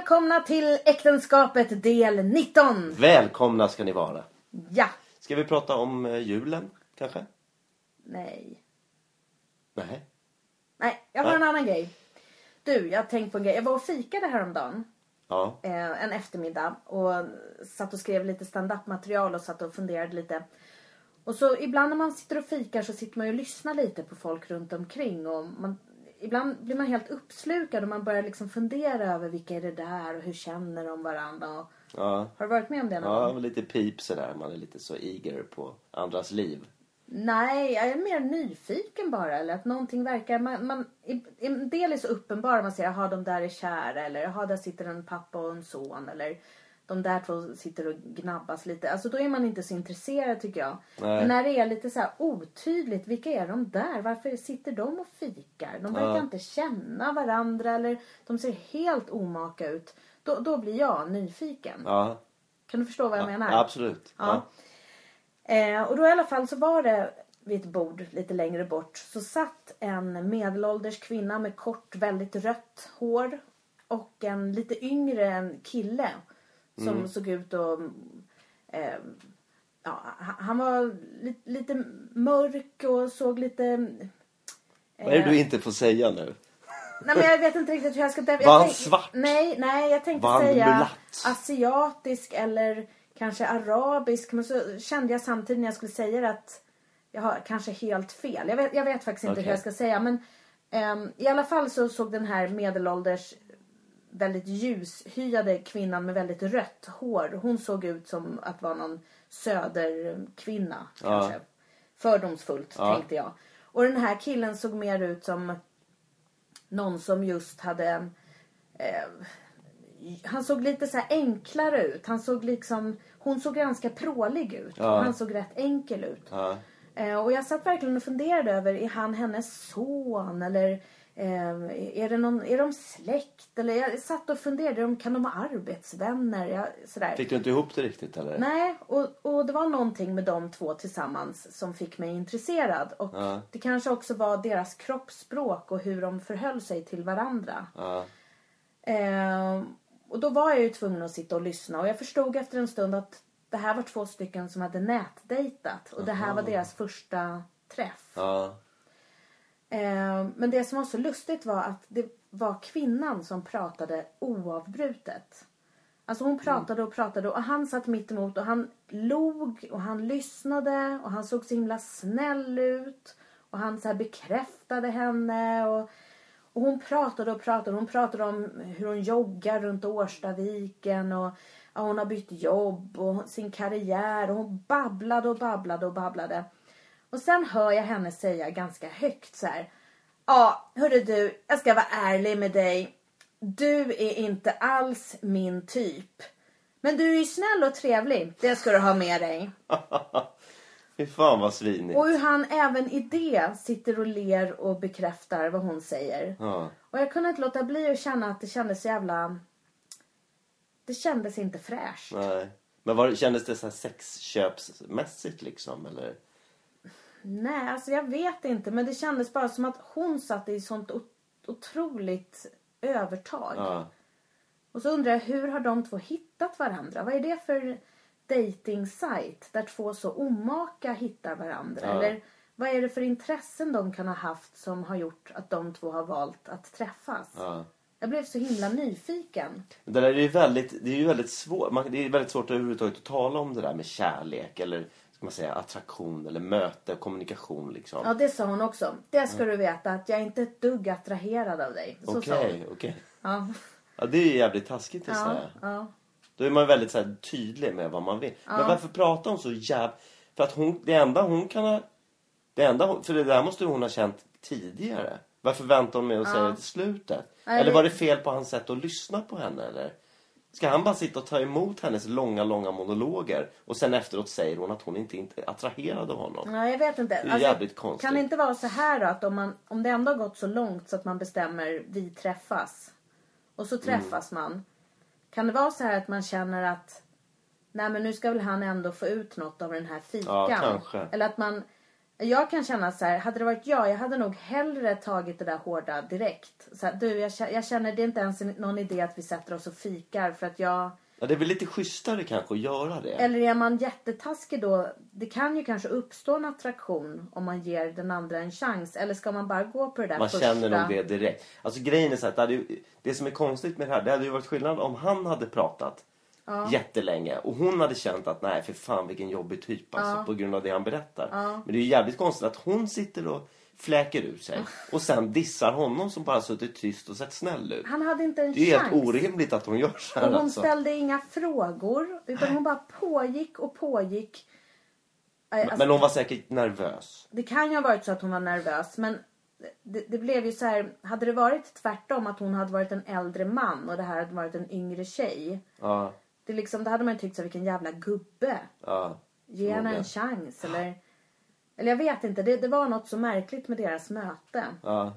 välkomna till äktenskapet del 19. Välkomna ska ni vara. Ja. Ska vi prata om julen, kanske? Nej, jag har en annan grej. Du, jag har tänkt på en grej. Jag var och fikade häromdagen. Ja. En eftermiddag. Och satt och skrev lite stand-up-material och satt och funderade lite. Och så ibland när man sitter och fikar så sitter man ju och lyssnar lite på folk runt omkring. Och ibland blir man helt uppslukad och man börjar liksom fundera över vilka är det där och hur känner de varandra. Och Ja. har du varit med om det någon gång? Ja, lite pip sådär. Man är lite så eager på andras liv. Nej, jag är mer nyfiken bara. Eller att någonting verkar... En del är så uppenbar. Man säger, jaha, de där är kära. Eller jaha, där sitter en pappa och en son. Eller de där två sitter och gnabbas lite. Alltså då är man inte så intresserad tycker jag. Nej. Men när det är lite så här otydligt. Vilka är de där? Varför sitter de och fikar? De verkar inte känna varandra. Eller de ser helt omaka ut. Då blir jag nyfiken. Ja. Kan du förstå vad jag menar? Absolut. Ja. Och då i alla fall så var det vid ett bord lite längre bort. Så satt en medelålders kvinna med kort, väldigt rött hår. Och en lite yngre kille. Som såg ut och... han var lite mörk och såg lite... Vad är det du inte får säga nu? Nej, men jag vet inte riktigt hur jag ska... Var han svart? Nej, jag tänkte Var säga mulatt? asiatisk eller kanske arabisk. Men så kände jag samtidigt när jag skulle säga det att jag har kanske helt fel. Jag vet faktiskt inte hur jag ska säga. Men i alla fall så såg den här medelålders väldigt ljushyade kvinnan med väldigt rött hår. Hon såg ut som att vara någon söderkvinna kanske. Fördomsfullt tänkte jag. Och den här killen såg mer ut som någon som just hade... han såg lite så här enklare ut. Hon såg ganska prålig ut. Han såg rätt enkel ut. Och jag satt verkligen och funderade över, är han hennes son? Eller är de släkt? Eller jag satt och funderade, kan de ha arbetsvänner? Sådär. Fick du inte ihop det riktigt eller? Nej, och det var någonting med de två tillsammans som fick mig intresserad. Och det kanske också var deras kroppsspråk och hur de förhöll sig till varandra. Och då var jag ju tvungen att sitta och lyssna. Och jag förstod efter en stund att det här var 2 stycken som hade nätdejtat. Och det här var deras första träff. Men det som var så lustigt var att det var kvinnan som pratade oavbrutet. Alltså hon pratade och pratade och han satt mitt emot och han log och han lyssnade och han såg så himla snäll ut. Och han så här bekräftade henne och hon pratade och pratade. Hon pratade om hur hon joggar runt Årstaviken och hon har bytt jobb och sin karriär. Och hon babblade och babblade och babblade. Och sen hör jag henne säga ganska högt så här. Ja, hörru du, jag ska vara ärlig med dig. Du är inte alls min typ. Men du är ju snäll och trevlig. Det ska du ha med dig. Fy fan vad svinigt. Och hur han även i det sitter och ler och bekräftar vad hon säger. Och jag kunde inte låta bli att känna att det kändes jävla... Det kändes inte fräscht. Nej. Men kändes det så här sexköpsmässigt liksom, eller? Nej, alltså jag vet inte. Men det kändes bara som att hon satt i sånt otroligt övertag. Och så undrar jag, hur har de två hittat varandra? Vad är det för dating-sajt där 2 så omaka hittar varandra? Eller vad är det för intressen de kan ha haft som har gjort att de 2 har valt att träffas? Jag blev så himla nyfiken. Det där är ju väldigt svårt. Det är väldigt svårt överhuvudtaget att tala om det där med kärlek eller ska man säga attraktion eller möte, kommunikation liksom. Ja, det sa hon också. Det ska du veta att jag är inte ett dugg attraherad av dig. Okej. Ja. Ja, det är ju jävligt taskigt att säga. Ja. Då är man väldigt så här, tydlig med vad man vill. Men varför pratar hon så för att det enda för det där måste hon ha känt tidigare. Varför väntar hon med att säga det till slutet? Eller var det fel på hans sätt att lyssna på henne eller? Ska han bara sitta och ta emot hennes långa monologer och sen efteråt säger hon att hon inte är attraherad av honom? Nej, jag vet inte. Det är jävligt konstigt. Kan det inte vara så här då, att om det ändå har gått så långt så att man bestämmer vi träffas och så träffas man. Kan det vara så här att man känner att nej men nu ska väl han ändå få ut något av den här fikan? Ja, kanske. Eller att man Jag kan känna så här, hade det varit jag hade nog hellre tagit det där hårda direkt. Så här, du, jag känner det är inte ens någon idé att vi sätter oss och fikar för att jag... Ja, det är väl lite schysstare kanske att göra det. Eller är man jättetaskig då, det kan ju kanske uppstå en attraktion om man ger den andra en chans. Eller ska man bara gå på det där man första? Man känner nog det direkt. Alltså grejen är så att det som är konstigt med det här, det hade ju varit skillnad om han hade pratat jättelänge. Och hon hade känt att nej för fan vilken jobbig typ alltså, på grund av det han berättar. Men det är ju jävligt konstigt att hon sitter och fläker ur sig. Och sen dissar honom som bara suttit tyst och sett snäll ut. Han hade inte en chans. Det är helt orimligt att hon gör så här. Och hon alltså. ställde inga frågor. Utan hon bara pågick och pågick. Alltså, men hon var säkert nervös. Det kan ju ha varit så att hon var nervös. Men det blev ju så här. Hade det varit tvärtom att hon hade varit en äldre man. Och det här hade varit en yngre tjej. Ja. Det hade man ju tyckt så vilken jävla gubbe. Ja. Ge henne en chans. Eller jag vet inte. Det var något så märkligt med deras möte. Ja.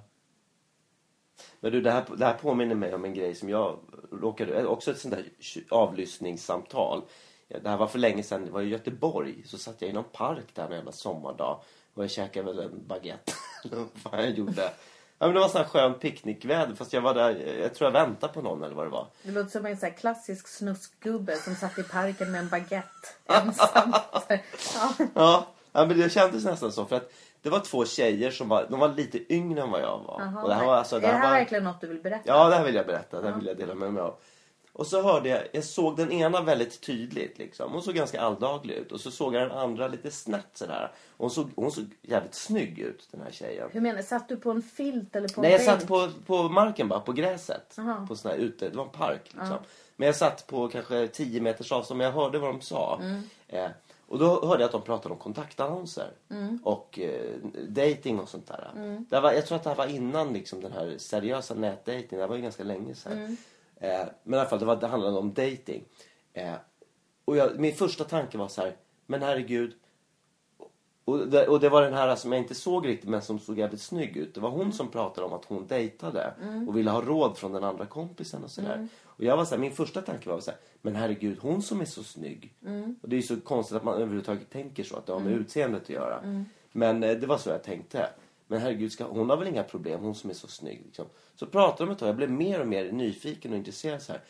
Men du, det här påminner mig om en grej som jag råkade... Också ett sånt där avlyssningssamtal. Det här var för länge sedan. Det var i Göteborg. Så satt jag i någon park där en jävla sommardag. Och jag käkade väl en baguette. Eller vad fan jag gjorde. Ja, men det var sån här skön picknickväder. Fast jag var där... Jag tror jag väntade på någon eller vad det var. Det låter som en sån här klassisk snuskgubbe som satt i parken med en baguette. Ensam. Ja, men det kändes nästan så. För att det var 2 tjejer som de var lite yngre än vad jag var. Aha, och det här var alltså, är det här verkligen något du vill berätta? Ja, det här vill jag berätta. Det här vill jag dela med mig av. Och så hörde jag såg den ena väldigt tydligt liksom. Hon såg ganska alldaglig ut. Och så såg jag den andra lite snett sådär. Och hon såg jävligt snygg ut, den här tjejen. Hur menar du? Satt du på en filt eller på en Nej, jag bänk? satt på marken bara, på gräset. Aha. På sån här ute, det var en park liksom. Men jag satt på kanske 10 meters avstånd, men jag hörde vad de sa. Och då hörde jag att de pratade om kontaktannonser. Och dating och sånt där. Jag tror att det här var innan liksom, den här seriösa nätdating. Det var ju ganska länge sedan. Men i alla fall, det handlade om dating. Och min första tanke var så här, men herregud. Och det var den här som jag inte såg riktigt, men som såg jävligt snygg ut. Det var hon som pratade om att hon dejtade. Och ville ha råd från den andra kompisen och sådär. Och jag var så här, min första tanke var så här, men herregud, hon som är så snygg. Och det är ju så konstigt att man överhuvudtaget tänker så, att det har med utseendet att göra. Men det var så jag tänkte. Men herregud, hon har väl inga problem, hon som är så snygg liksom. Så pratade de ett tag, jag blev mer och mer nyfiken och intresserad så här.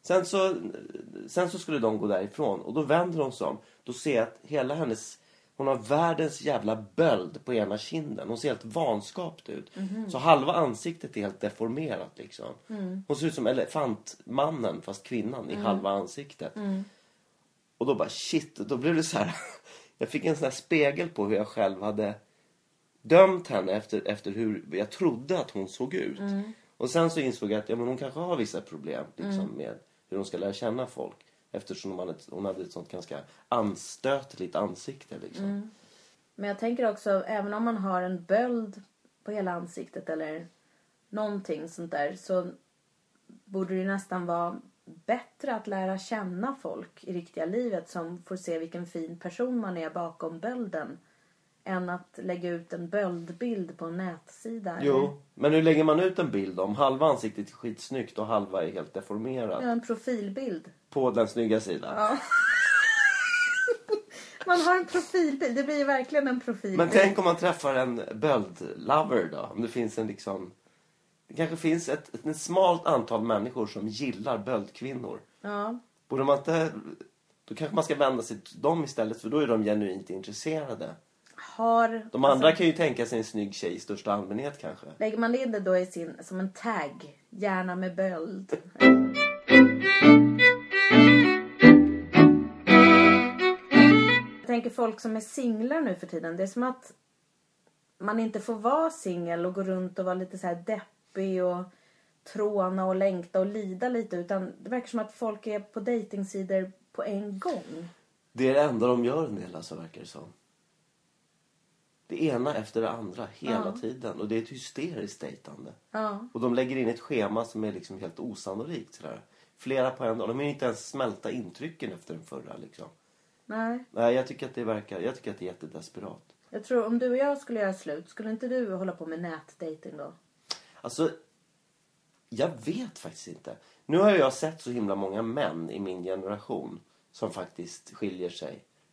Sen så skulle de gå därifrån. Och då vänder hon sig om. Då ser jag att hela hennes... Hon har världens jävla böld på ena kinden. Hon ser helt vanskapt ut. Så halva ansiktet är helt deformerat liksom. Hon ser ut som elefantmannen fast kvinnan i halva ansiktet. Och då bara shit, då blev det så här. Jag fick en sån här spegel på hur jag själv hade dömt henne efter hur jag trodde att hon såg ut. Och sen så insåg jag att men hon kanske har vissa problem liksom, med hur hon ska lära känna folk. Eftersom hon hade ett sånt ganska anstötligt ansikte liksom. Men jag tänker också, även om man har en böld på hela ansiktet eller någonting sånt där, så borde det ju nästan vara bättre att lära känna folk i riktiga livet som får se vilken fin person man är bakom bölden, än att lägga ut en böldbild på en nätsida. Jo, eller? men hur lägger man ut en bild om halva ansiktet är skitsnyggt och halva är helt deformerat? Ja, en profilbild. På den snygga sidan. Ja. Man har en profilbild, det blir ju verkligen en profilbild. Men tänk om man träffar en böldlover då? Om det finns en liksom... Det kanske finns ett smalt antal människor som gillar böldkvinnor. Ja. Borde man inte... Då kanske man ska vända sig till dem istället, för då är de genuint intresserade. De andra kan ju tänka sig en snygg tjej i största allmänhet kanske. Lägger man in det då i som en tagg, gärna med böld. Jag tänker folk som är singlar nu för tiden. Det är som att man inte får vara singel och gå runt och vara lite så här deppig och tråna och längta och lida lite. Utan det verkar som att folk är på dejtingsidor på en gång. Det är det enda de gör en del, alltså, verkar det som. Det ena efter det andra hela tiden. Och det är ett hysteriskt dejtande. Ja. Och de lägger in ett schema som är liksom helt osannolikt. Sådär. Flera på en dag. De är inte ens smälta intrycken efter den förra liksom. Nej, jag tycker att det är jättedesperat. jag tror om du och jag skulle göra slut, skulle inte du hålla på med nätdating då? Alltså, jag vet faktiskt inte. Nu har jag sett så himla många män i min generation som faktiskt skiljer sig.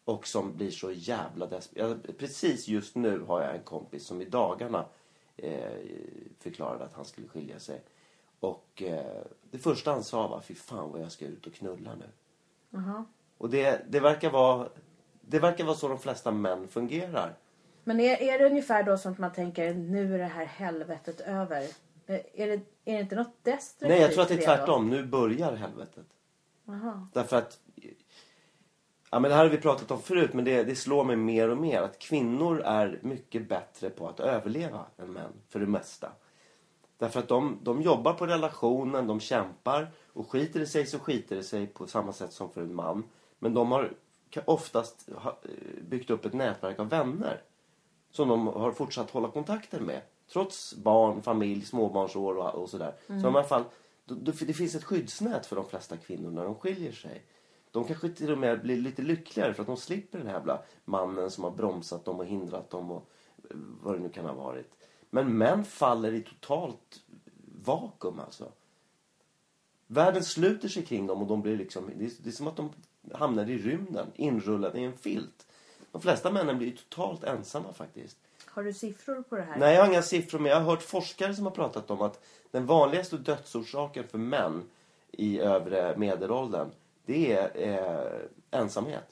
Och som blir så jävla desperat. Precis just nu har jag en kompis som i dagarna förklarade att han skulle skilja sig. Och det första han sa var, fy fan vad jag ska ut och knulla nu. Uh-huh. Och det verkar vara så de flesta män fungerar. Men är det ungefär då som att man tänker, nu är det här helvetet över? Är det inte något destruktivt? Nej, jag tror att det är tvärtom. Nu börjar helvetet. Aha. Därför att, ja, men det här har vi pratat om förut, men det slår mig mer och mer att kvinnor är mycket bättre på att överleva än män, för det mesta. Därför att de jobbar på relationen, de kämpar, och skiter det sig så skiter det sig på samma sätt som för en man. Men de har oftast byggt upp ett nätverk av vänner som de har fortsatt hålla kontakten med. Trots barn, familj, småbarnsår och sådär. Så i alla fall, det finns ett skyddsnät för de flesta kvinnor när de skiljer sig. De kanske till och med blir lite lyckligare för att de slipper den här jävla mannen som har bromsat dem och hindrat dem och vad det nu kan ha varit. Men män faller i totalt vakuum alltså. Världen sluter sig kring dem och de blir liksom, det är som att de hamnar i rymden, inrullade i en filt. De flesta männen blir totalt ensamma faktiskt. Har du siffror på det här? Nej, jag har inga siffror, men jag har hört forskare som har pratat om att den vanligaste dödsorsaken för män i övre medelåldern, det är ensamhet.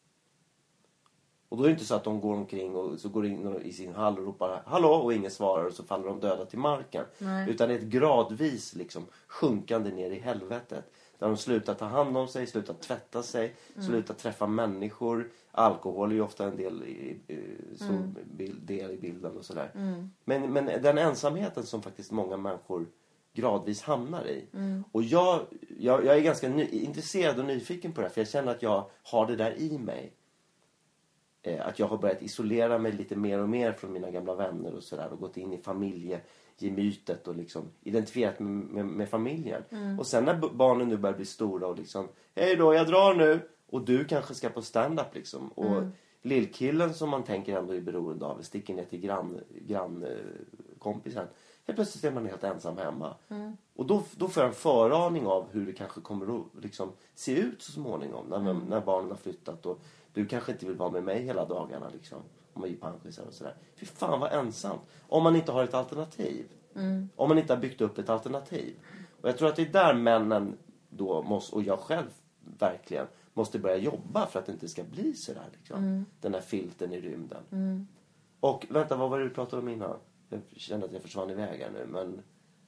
Och då är det inte så att de går omkring och så går in i sin hall och ropar hallå och ingen svarar och så faller de döda till marken. Nej. Utan det är ett gradvis liksom sjunkande ner i helvetet. Där de slutar ta hand om sig, slutar tvätta sig, slutar träffa människor. Alkohol är ju ofta en del del i bilden och sådär. Men den ensamheten som faktiskt många människor gradvis hamnar i. Och jag är ganska intresserad och nyfiken på det här, för jag känner att jag har det där i mig. Att jag har börjat isolera mig lite mer och mer från mina gamla vänner och sådär. Och gått in i familjegemytet och liksom identifierat med familjen. Och sen när barnen nu börjar bli stora och liksom, hej då, jag drar nu. Och du kanske ska på stand-up liksom. Och lillkillen som man tänker ändå är beroende av sticker ner till grannkompisen. Helt plötsligt är man helt ensam hemma. Och då får jag en föraning av hur det kanske kommer att liksom se ut så småningom. När barnen har flyttat och du kanske inte vill vara med mig hela dagarna liksom. Om man ger pankisar och sådär. Fy fan vad ensamt. Om man inte har ett alternativ. Om man inte har byggt upp ett alternativ. Och jag tror att det är där männen då måste, och jag själv verkligen, måste börja jobba för att det inte ska bli sådär liksom. Den här filten i rymden. Och vänta, vad var det du pratade om innan? Jag kände att jag försvann iväg här nu, men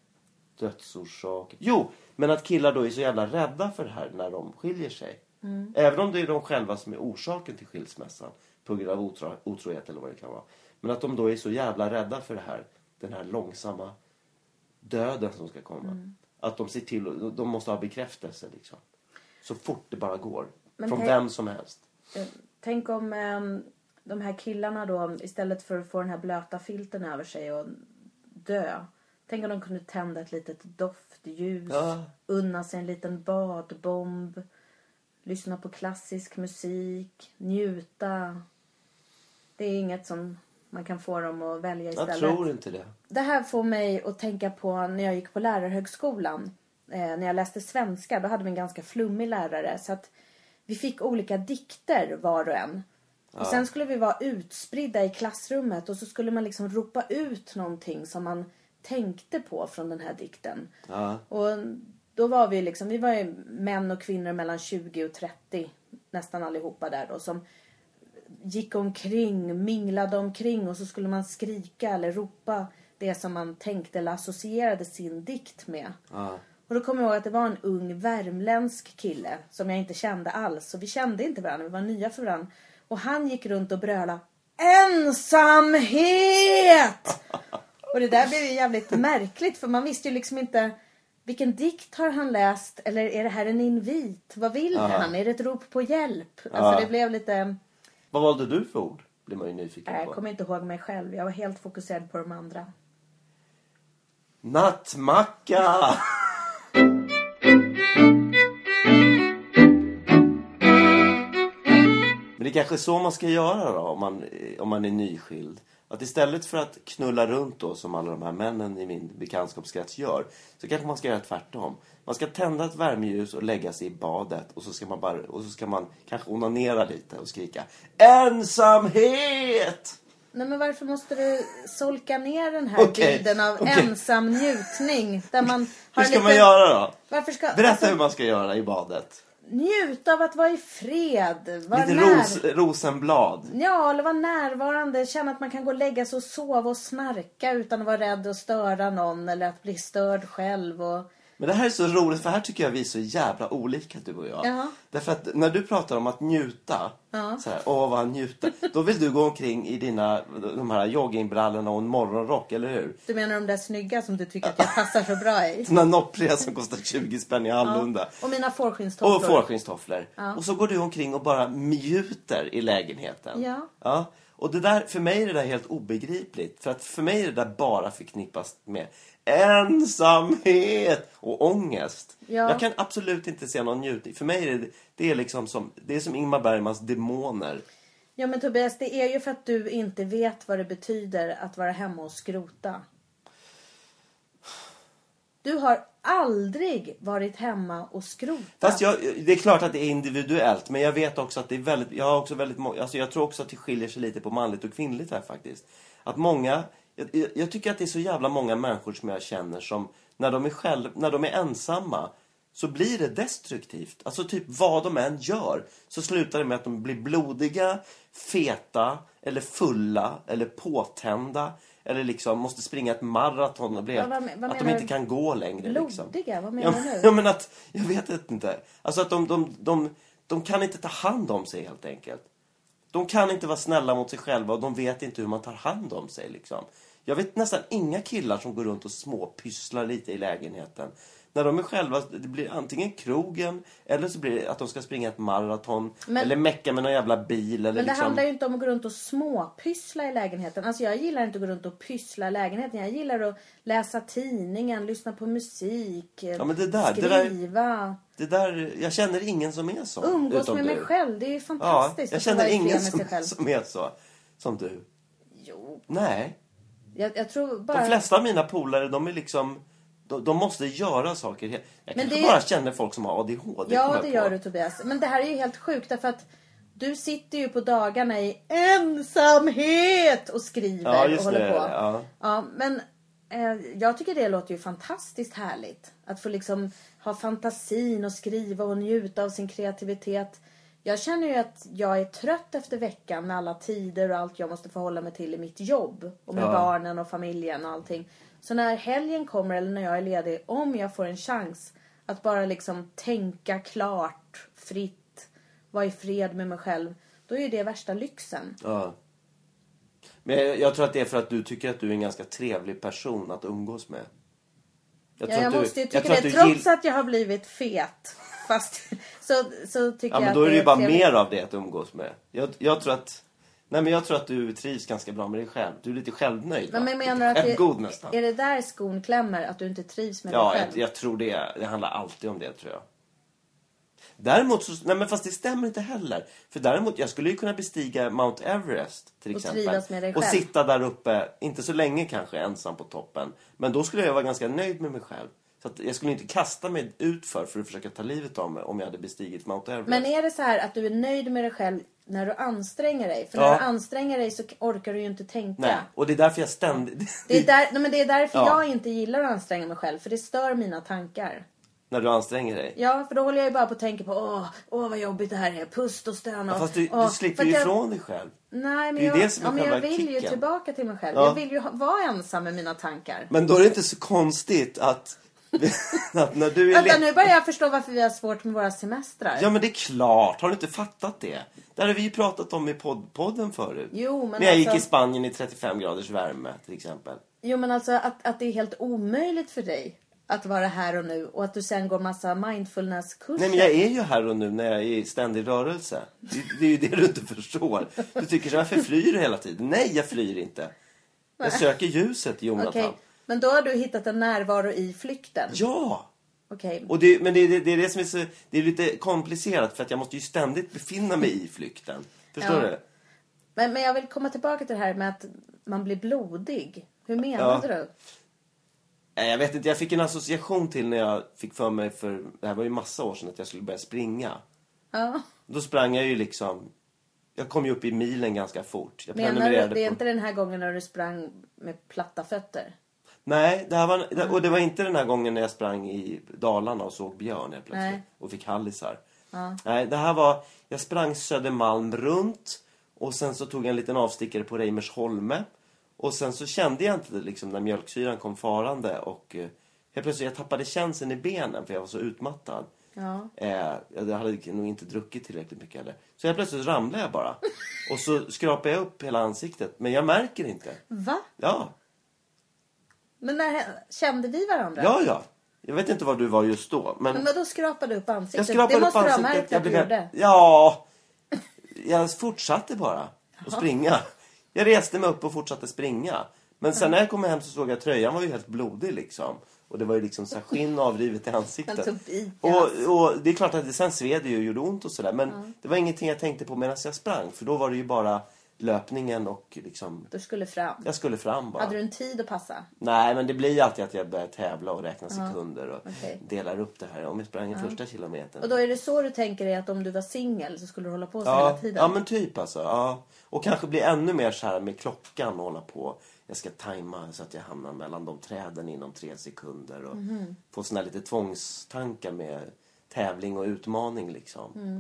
dödsorsak. Jo, men att killar då är så jävla rädda för det här när de skiljer sig. Även om det är de själva som är orsaken till skilsmässan på grund av otrohet eller vad det kan vara. Men att de då är så jävla rädda för det här, den här långsamma döden som ska komma. Att de ser till, och de måste ha bekräftelse liksom. Så fort det bara går. Men från vem som helst. Tänk om de här killarna då, istället för att få den här blöta filten över sig och dö. Tänk om de kunde tända ett litet doftljus. Ja. Unna sig en liten badbomb. Lyssna på klassisk musik. Njuta. Det är inget som man kan få dem att välja istället. Jag tror inte det. Det här får mig att tänka på när jag gick på lärarhögskolan. När jag läste svenska, då hade vi en ganska flummig lärare. Så att vi fick olika dikter var och en. Ja. Och sen skulle vi vara utspridda i klassrummet. Och så skulle man liksom ropa ut någonting som man tänkte på från den här dikten. Ja. Och då var vi liksom, vi var ju män och kvinnor mellan 20 och 30. Nästan allihopa där då. Som gick omkring, minglade omkring. Och så skulle man skrika eller ropa det som man tänkte eller associerade sin dikt med. Ja. Och då kommer jag ihåg att det var en ung värmländsk kille som jag inte kände alls. Och vi kände inte varandra, vi var nya för varandra. Och han gick runt och brölade ensamhet! Och det där blev ju jävligt märkligt, för man visste ju liksom inte vilken dikt har han läst, eller är det här en invit? Vad vill han? Är det ett rop på hjälp? Alltså det blev lite... Vad valde du för ord? Blir man ju nyfiken på. Jag kommer inte ihåg mig själv, jag var helt fokuserad på de andra. Nattmacka! Men det är kanske så man ska göra då, om man är nyskild. Att istället för att knulla runt då, som alla de här männen i min bekantskapskrets gör, så kanske man ska göra tvärtom. Man ska tända ett värmeljus och lägga sig i badet. Och så ska man kanske onanera lite och skrika ensamhet! Nej, men varför måste du solka ner den här bilden av ensam njutning? Där man har hur ska man göra då? Berätta hur man ska göra i badet. Njuta av att vara i fred. Lite rosenblad. Ja, eller vara närvarande. Känna att man kan gå och lägga sig och sova och snarka utan att vara rädd att störa någon. Eller att bli störd själv. Men det här är så roligt, för här tycker jag vi är så jävla olika, du och jag. Ja. Därför att när du pratar om att njuta, så här, vad njuta, då vill du gå omkring i de här joggingbrallorna och en morgonrock, eller hur? Du menar de där snygga som du tycker att jag passar så bra i? Såna noppriga som kostar 20 spänn i Allunda. Ja. Och mina fårskinnstofflor. Ja. Och så går du omkring och bara mjuter i lägenheten. Ja. Och det där, för mig är det där helt obegripligt. För att för mig är det där bara förknippas med ensamhet och ångest. Ja. Jag kan absolut inte se någon njutning. För mig är det är liksom som Ingmar Bergmans demoner. Ja, men Tobias, det är ju för att du inte vet vad det betyder att vara hemma och skrota. Du har aldrig varit hemma och skrotat. Fast det är klart att det är individuellt. Men jag vet också att det är väldigt... Jag tror också att det skiljer sig lite på manligt och kvinnligt här faktiskt. Att många... Jag tycker att det är så jävla många människor som jag känner som... När de är ensamma så blir det destruktivt. Alltså typ vad de än gör så slutar det med att de blir blodiga, feta eller fulla eller påtända. Eller liksom måste springa ett maraton och bli att de inte kan gå längre. Blodiga? Liksom. Vad menar du? Ja, men att, jag vet inte. Alltså att de kan inte ta hand om sig helt enkelt. De kan inte vara snälla mot sig själva och de vet inte hur man tar hand om sig liksom. Jag vet nästan inga killar som går runt och småpysslar lite i lägenheten. När de är själva, det blir antingen krogen eller så blir det att de ska springa ett maraton eller mecka med någon jävla bil. Eller men det liksom... handlar ju inte om att gå runt och småpyssla i lägenheten. Alltså jag gillar inte att gå runt och pyssla i lägenheten. Jag gillar att läsa tidningen, lyssna på musik, skriva. Det där, jag känner ingen som är så. Umgås med mig själv, det är ju fantastiskt. Ja, jag känner ingen som är så. Som du. Jo. Nej. Jag tror bara... De flesta av mina polare, de är liksom... De måste göra saker. Jag kanske bara känner folk som har ADHD. Ja, det gör du, Tobias. Men det här är ju helt sjukt därför att du sitter ju på dagarna i ensamhet och skriver och håller på. Ja, men jag tycker det låter ju fantastiskt härligt. Att få liksom ha fantasin och skriva och njuta av sin kreativitet. Jag känner ju att jag är trött efter veckan med alla tider och allt jag måste förhålla mig till i mitt jobb. Och med barnen och familjen och allting. Så när helgen kommer eller när jag är ledig, om jag får en chans att bara liksom tänka klart, fritt, vara i fred med mig själv, då är ju det värsta lyxen. Ja. Men jag tror att det är för att du tycker att du är en ganska trevlig person att umgås med. Jag måste ju tycka det, trots att jag har blivit fet. Fast så tycker jag men att då är det ju bara trevligt. mer av det att umgås med. Jag tror att du trivs ganska bra med dig själv. Du är lite självnöjd. Men jag menar att är det där skon klämmer, att du inte trivs med dig själv? Ja, jag tror det handlar alltid om det, tror jag. Däremot fast det stämmer inte heller. För däremot, jag skulle ju kunna bestiga Mount Everest till exempel. Och trivas med dig själv. Och sitta där uppe, inte så länge kanske, ensam på toppen. Men då skulle jag vara ganska nöjd med mig själv. Så att jag skulle inte kasta mig ut för att försöka ta livet av mig om jag hade bestigit Mount Everest. Men är det så här att du är nöjd med dig själv när du anstränger dig? För när du anstränger dig så orkar du ju inte tänka. Nej, och det är därför jag ständigt... Det är därför jag inte gillar att anstränga mig själv. För det stör mina tankar. När du anstränger dig? Ja, för då håller jag ju bara på att tänka på vad jobbigt det här är. Pust och stön. Fast du slipper ju ifrån dig själv. Nej, men det är det som är jag vill kicken. ju tillbaka till mig själv. Jag vill ju vara ensam med mina tankar. Men då är det inte så konstigt att när du är nu börjar jag förstå varför vi har svårt med våra semestrar. Ja, men det är klart. Har du inte fattat det? Det har vi ju pratat om i podden förut. Jo, men när jag gick i Spanien i 35 graders värme till exempel. Jo, men alltså att det är helt omöjligt för dig att vara här och nu. Och att du sen går massa mindfulness-kurser. Nej, men jag är ju här och nu när jag är i ständig rörelse. Det är ju det du inte förstår. Du tycker så, varför flyr du hela tiden? Nej, jag flyr inte. Jag söker ljuset, Jonathan. Okej. Men då har du hittat en närvaro i flykten. Ja. Okej. Och det är det som är så... Det är lite komplicerat för att jag måste ju ständigt befinna mig i flykten. Förstår du? Men jag vill komma tillbaka till det här med att man blir blodig. Hur menade du? Jag vet inte, jag fick en association till när jag fick för mig för... Det här var ju massa år sedan att jag skulle börja springa. Ja. Då sprang jag ju liksom... Jag kom ju upp i milen ganska fort. Jag Menar du, det är inte den här gången när du sprang med platta fötter? Nej, och det var inte den här gången när jag sprang i Dalarna och såg björn helt plötsligt. Nej. Och fick hallisar. Ja. Nej, det här var... Jag sprang Södermalm runt. Och sen så tog jag en liten avstickare på Reimersholme. Och sen så kände jag inte liksom när mjölksyran kom farande. Och helt plötsligt jag tappade känseln i benen för jag var så utmattad. Ja. Jag hade nog inte druckit tillräckligt mycket heller. Så helt plötsligt ramlade jag bara. Och så skrapade jag upp hela ansiktet. Men jag märker inte. Va? Ja. Men när kände vi varandra? Ja. Jag vet inte var du var just då. Men då skrapade du upp ansiktet? Jag skrapade det måste upp du ha ansiktet. märkt att du gjorde. Ja. Jag fortsatte bara att springa. Jag reste mig upp och fortsatte springa. Men sen när jag kom hem så såg jag att tröjan var ju helt blodig liksom. Och det var ju liksom så här skinn avrivet i ansiktet. Och det är klart att det sen sved ju och gjorde ont och sådär. Men det var ingenting jag tänkte på medan jag sprang. För då var det ju bara löpningen och liksom... Du skulle fram? Jag skulle fram bara. Hade du en tid att passa? Nej, men det blir alltid att jag börjar tävla och räkna sekunder. Och delar upp det här. Om jag sprang första kilometern. Och då är det så du tänker dig att om du var singel så skulle du hålla på så hela tiden? Ja, men typ alltså. Ja. Och kanske bli ännu mer så här med klockan och hålla på. Jag ska tajma så att jag hamnar mellan de träden inom 3 sekunder. Och få såna lite tvångstankar med tävling och utmaning liksom.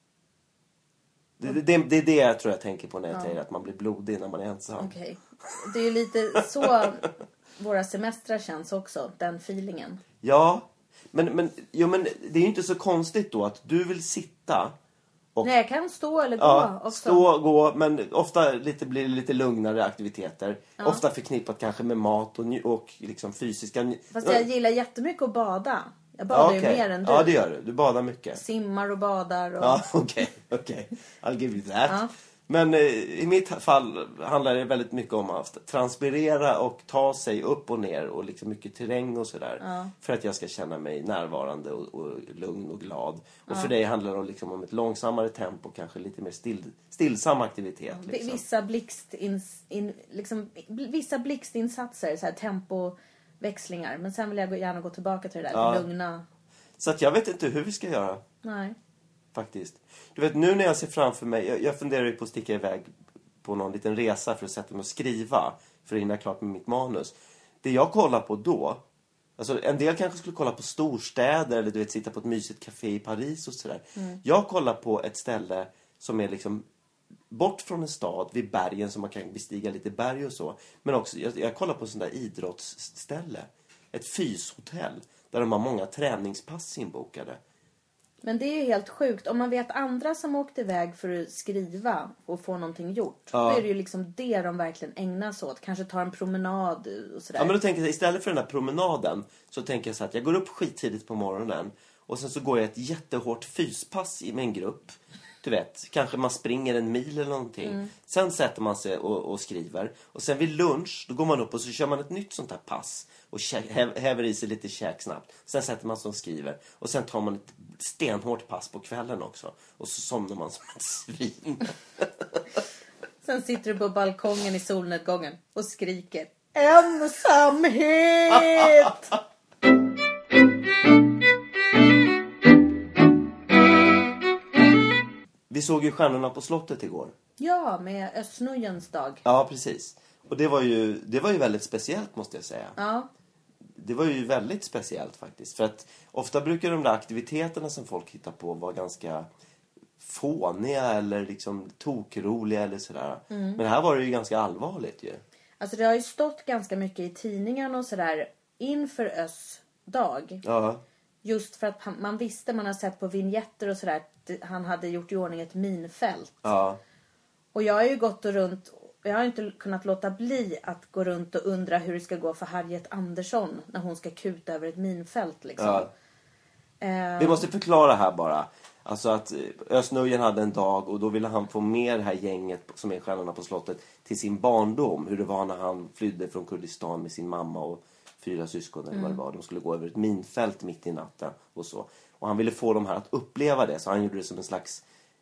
Det är det jag tror jag tänker på när jag säger att man blir blodig när man är ensam. Okej. Det är ju lite så våra semestrar känns också, den feelingen. Ja, men det är ju inte så konstigt då att du vill sitta... Nej, jag kan stå eller gå också. Stå och gå, men ofta blir det lite lugnare aktiviteter. Ofta förknippat kanske med mat och liksom fysiska... Fast jag gillar jättemycket att bada. Jag badar ju mer än du. Ja, det gör du. Du badar mycket. Simmar och badar. Och... Ja, okej. I'll give you that. Ja. Men i mitt fall handlar det väldigt mycket om att transpirera och ta sig upp och ner och liksom mycket terräng och sådär. Ja. För att jag ska känna mig närvarande och lugn och glad. Och för dig handlar det liksom om ett långsammare tempo, kanske lite mer stillsam aktivitet. Liksom. Vissa blixtinsatser, så här tempoväxlingar. Men sen vill jag gärna gå tillbaka till det där, det lugna. Så att jag vet inte hur vi ska göra. Nej. Faktiskt. Du vet, nu när jag ser framför mig... Jag funderar ju på att sticka iväg på någon liten resa för att sätta mig och skriva. För att hinna klart med mitt manus. Det jag kollar på då... Alltså, en del kanske skulle kolla på storstäder. Eller du vet, sitta på ett mysigt café i Paris och sådär. Jag kollar på ett ställe som är liksom... Bort från en stad, vid bergen, så man kan bestiga lite berg och så. Men också, jag kollar på ett sånt där idrottsställe. Ett fyshotell. Där de har många träningspass inbokade. Men det är ju helt sjukt. Om man vet andra som åkte iväg för att skriva och få någonting gjort. Då är det ju liksom det de verkligen ägnar sig åt. Kanske ta en promenad och sådär. Ja, men då tänker jag, istället för den här promenaden så tänker jag så att jag går upp skittidigt på morgonen. Och sen så går jag ett jättehårt fyspass med en grupp. Du vet, kanske man springer en mil eller någonting. Sen sätter man sig och skriver. Och sen vid lunch, då går man upp och så kör man ett nytt sånt här pass. Och häver i sig lite käk snabbt. Sen sätter man sig och skriver. Och sen tar man ett stenhårt pass på kvällen också. Och så somnar man som ett svin. Sen sitter du på balkongen i solnedgången och skriker. Ensamhet! Vi såg ju Stjärnorna på slottet igår. Ja, med Östnöjens dag. Ja, precis. Och det var ju väldigt speciellt, måste jag säga. Ja. Det var ju väldigt speciellt faktiskt. För att ofta brukar de där aktiviteterna som folk hittar på vara ganska fåniga eller liksom tokroliga eller sådär. Men här var det ju ganska allvarligt ju. Alltså det har ju stått ganska mycket i tidningarna och sådär inför Ös dag. Ja. Just för att man visste, man har sett på vignetter och sådär, att han hade gjort i ordning ett minfält. Ja. Och jag har ju gått runt, jag har inte kunnat låta bli att gå runt och undra hur det ska gå för Harriet Andersson när hon ska kuta över ett minfält liksom. Ja. Vi måste förklara här bara. Alltså att Östnöjen hade en dag och då ville han få med det här gänget som är Stjärnorna på slottet till sin barndom. Hur det var när han flydde från Kurdistan med sin mamma och 4 syskon eller vad det var. De skulle gå över ett minfält mitt i natten och så. Och han ville få dem här att uppleva det, så han gjorde det som en slags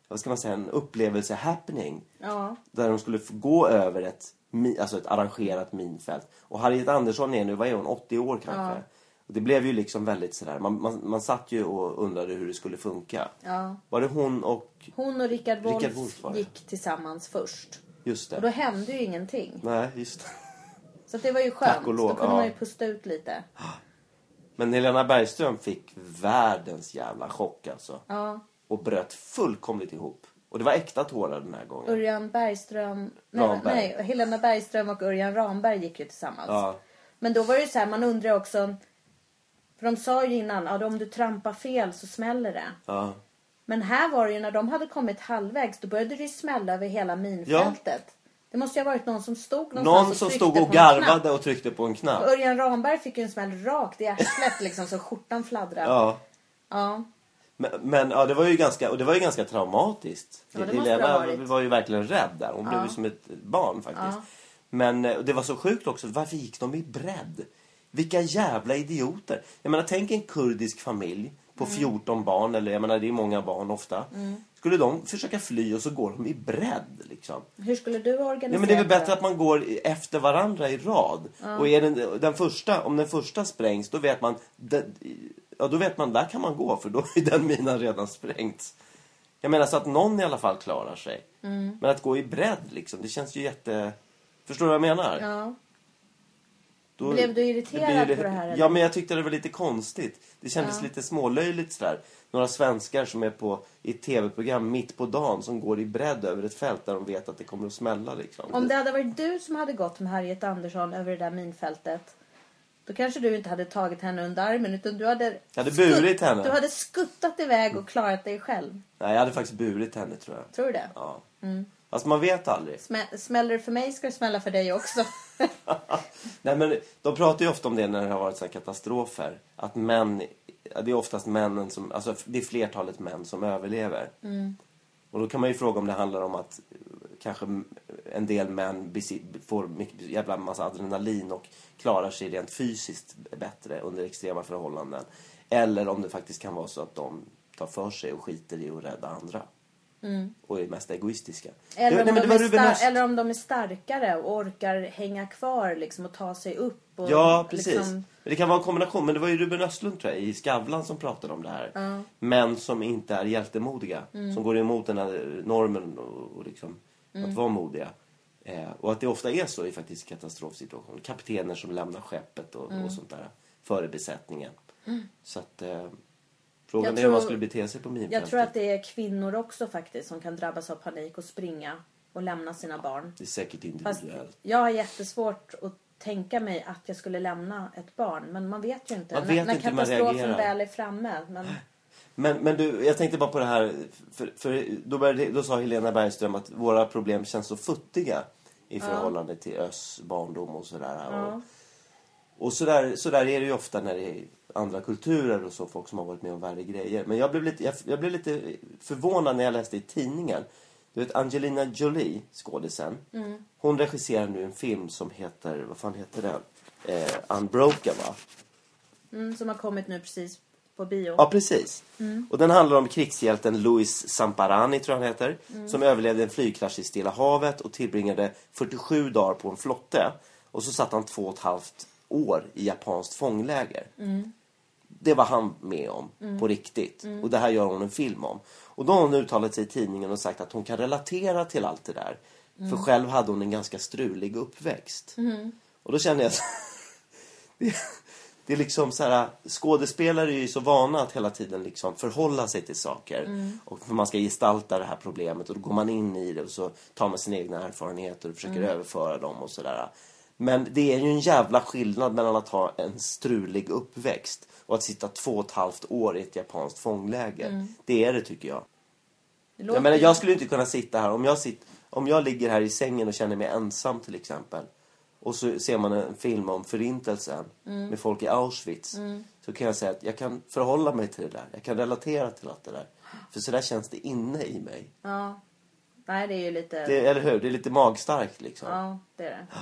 vad ska man säga, en upplevelse happening. Ja. Där de skulle få gå över ett arrangerat minfält. Och Harriet Andersson är nu, vad är hon, 80 år kanske. Ja. Och det blev ju liksom väldigt sådär, man satt ju och undrade hur det skulle funka. Ja. Var det hon och Richard Wolff Wolff gick tillsammans först. Just det. Och då hände ju ingenting. Nej, just det. Så det var ju skönt. Tack och lov, Då kunde ja. man ju pusta ut lite. Men Helena Bergström fick världens jävla chock alltså. Ja. Och bröt fullkomligt ihop. Och det var äkta tårar den här gången. Örjan Bergström... Ramberg. Nej, Helena Bergström och Örjan Ramberg gick ju tillsammans. Ja. Men då var det ju så här, man undrar också... För de sa ju innan, ja, om du trampar fel så smäller det. Ja. Men här var det ju, när de hade kommit halvvägs, då började det ju smälla över hela minfältet. Det måste ju ha varit någon som stod någonstans Någon som och stod tryckte och på en knapp. garvade och tryckte på en knapp. Och Örjan Ramberg fick ju en smäll rakt i arslet liksom, så skjortan fladdrade. Ja. Ja. Men ja, det var ju ganska traumatiskt. Ja, det måste det ha Helena varit. var ju verkligen rädd där. Hon blev ju som ett barn faktiskt. Ja. Men det var så sjukt också. Varför gick de i bredd? Vilka jävla idioter. Jag menar, tänk en kurdisk familj på 14 barn. Eller jag menar, det är många barn ofta. Skulle de försöka fly och så går de i bredd liksom. Hur skulle du organisera Ja, men det är väl bättre att man går efter varandra i rad. Och är om den första sprängs, då vet man... då vet man, där kan man gå, för då är den minan redan sprängts. Jag menar, så att någon i alla fall klarar sig. Men att gå i bredd liksom, det känns ju jätte... Förstår du vad jag menar? Ja. Då, Blev du irriterad på det här? Eller? Ja, men jag tyckte det var lite konstigt. Det kändes lite smålöjligt sådär. Några svenskar som är i ett tv-program mitt på dagen, som går i bredd över ett fält där de vet att det kommer att smälla liksom. Om det hade varit du som hade gått med Harriet Andersson över det där minfältet, då kanske du inte hade tagit henne under armen, utan du hade... Jag hade burit henne. Du hade skuttat iväg och klarat dig själv. Nej, jag hade faktiskt burit henne, tror jag. Tror du det? Ja. Fast man vet aldrig. Smäller det för mig ska det smälla för dig också. Nej, men de pratar ju ofta om det när det har varit såna katastrofer. Att män, det är oftast männen som, alltså det är flertalet män som överlever. Och då kan man ju fråga om det handlar om att kanske en del män får mycket jävla massa adrenalin och klarar sig rent fysiskt bättre under extrema förhållanden. Eller om det faktiskt kan vara så att de tar för sig och skiter i att rädda andra. Och är mest egoistiska. Eller om de är starkare och orkar hänga kvar liksom, och ta sig upp. Och, ja, precis. Liksom... Men det kan vara en kombination. Men det var ju Ruben Östlund, tror jag, i Skavlan som pratade om det här. Män som inte är hjältemodiga. Som går emot den här normen och liksom, att vara modiga. Och att det ofta är så i faktiskt katastrofsituationer. Kaptener som lämnar skeppet och sånt där. Före besättningen. Så att... Frågan är hur man skulle bete sig på minfältet. Jag tror att det är kvinnor också faktiskt som kan drabbas av panik och springa och lämna sina barn. Det är säkert individuellt. Fast jag har jättesvårt att tänka mig att jag skulle lämna ett barn. Men man vet ju inte. Man vet när inte hur man katastrofen reagerar. väl är framme. Men du, jag tänkte bara på det här. För då sa Helena Bergström att våra problem känns så futtiga i förhållande till barndom och sådär. Och sådär är det ju ofta när det är andra kulturer och så, folk som har varit med om värre grejer. Men jag blev lite förvånad när jag läste i tidningen. Du vet, Angelina Jolie, skådisen. Hon regisserar nu en film som heter, vad fan heter den? Unbroken, va? Som har kommit nu precis på bio. Ja, precis. Och den handlar om krigshjälten Luis Zamparani, tror jag han heter. Som överlevde en flygkrasch i Stilla havet och tillbringade 47 dagar på en flotte. Och så satt han 2,5 år i japanskt fångläger. Det var han med om på riktigt. Och det här gör hon en film om. Och då har hon uttalat sig i tidningen och sagt att hon kan relatera till allt det där. För själv hade hon en ganska strulig uppväxt. Och då känner jag det är liksom så här, skådespelare är ju så vana att hela tiden liksom förhålla sig till saker. Och för man ska gestalta det här problemet, och då går man in i det och så tar man sina egna erfarenheter och försöker överföra dem och sådär. Men det är ju en jävla skillnad mellan att ha en strulig uppväxt och att sitta 2,5 år i ett japanskt fångläger. Det är det, tycker jag. Jag menar, jag skulle inte kunna sitta här om jag ligger här i sängen och känner mig ensam till exempel. Och så ser man en film om förintelsen med folk i Auschwitz. Så kan jag säga att jag kan förhålla mig till det där. Jag kan relatera till allt det där. För så där känns det inne i mig. Ja. Nej, det är ju lite... Eller hur? Det är lite magstarkt liksom. Ja, det är det.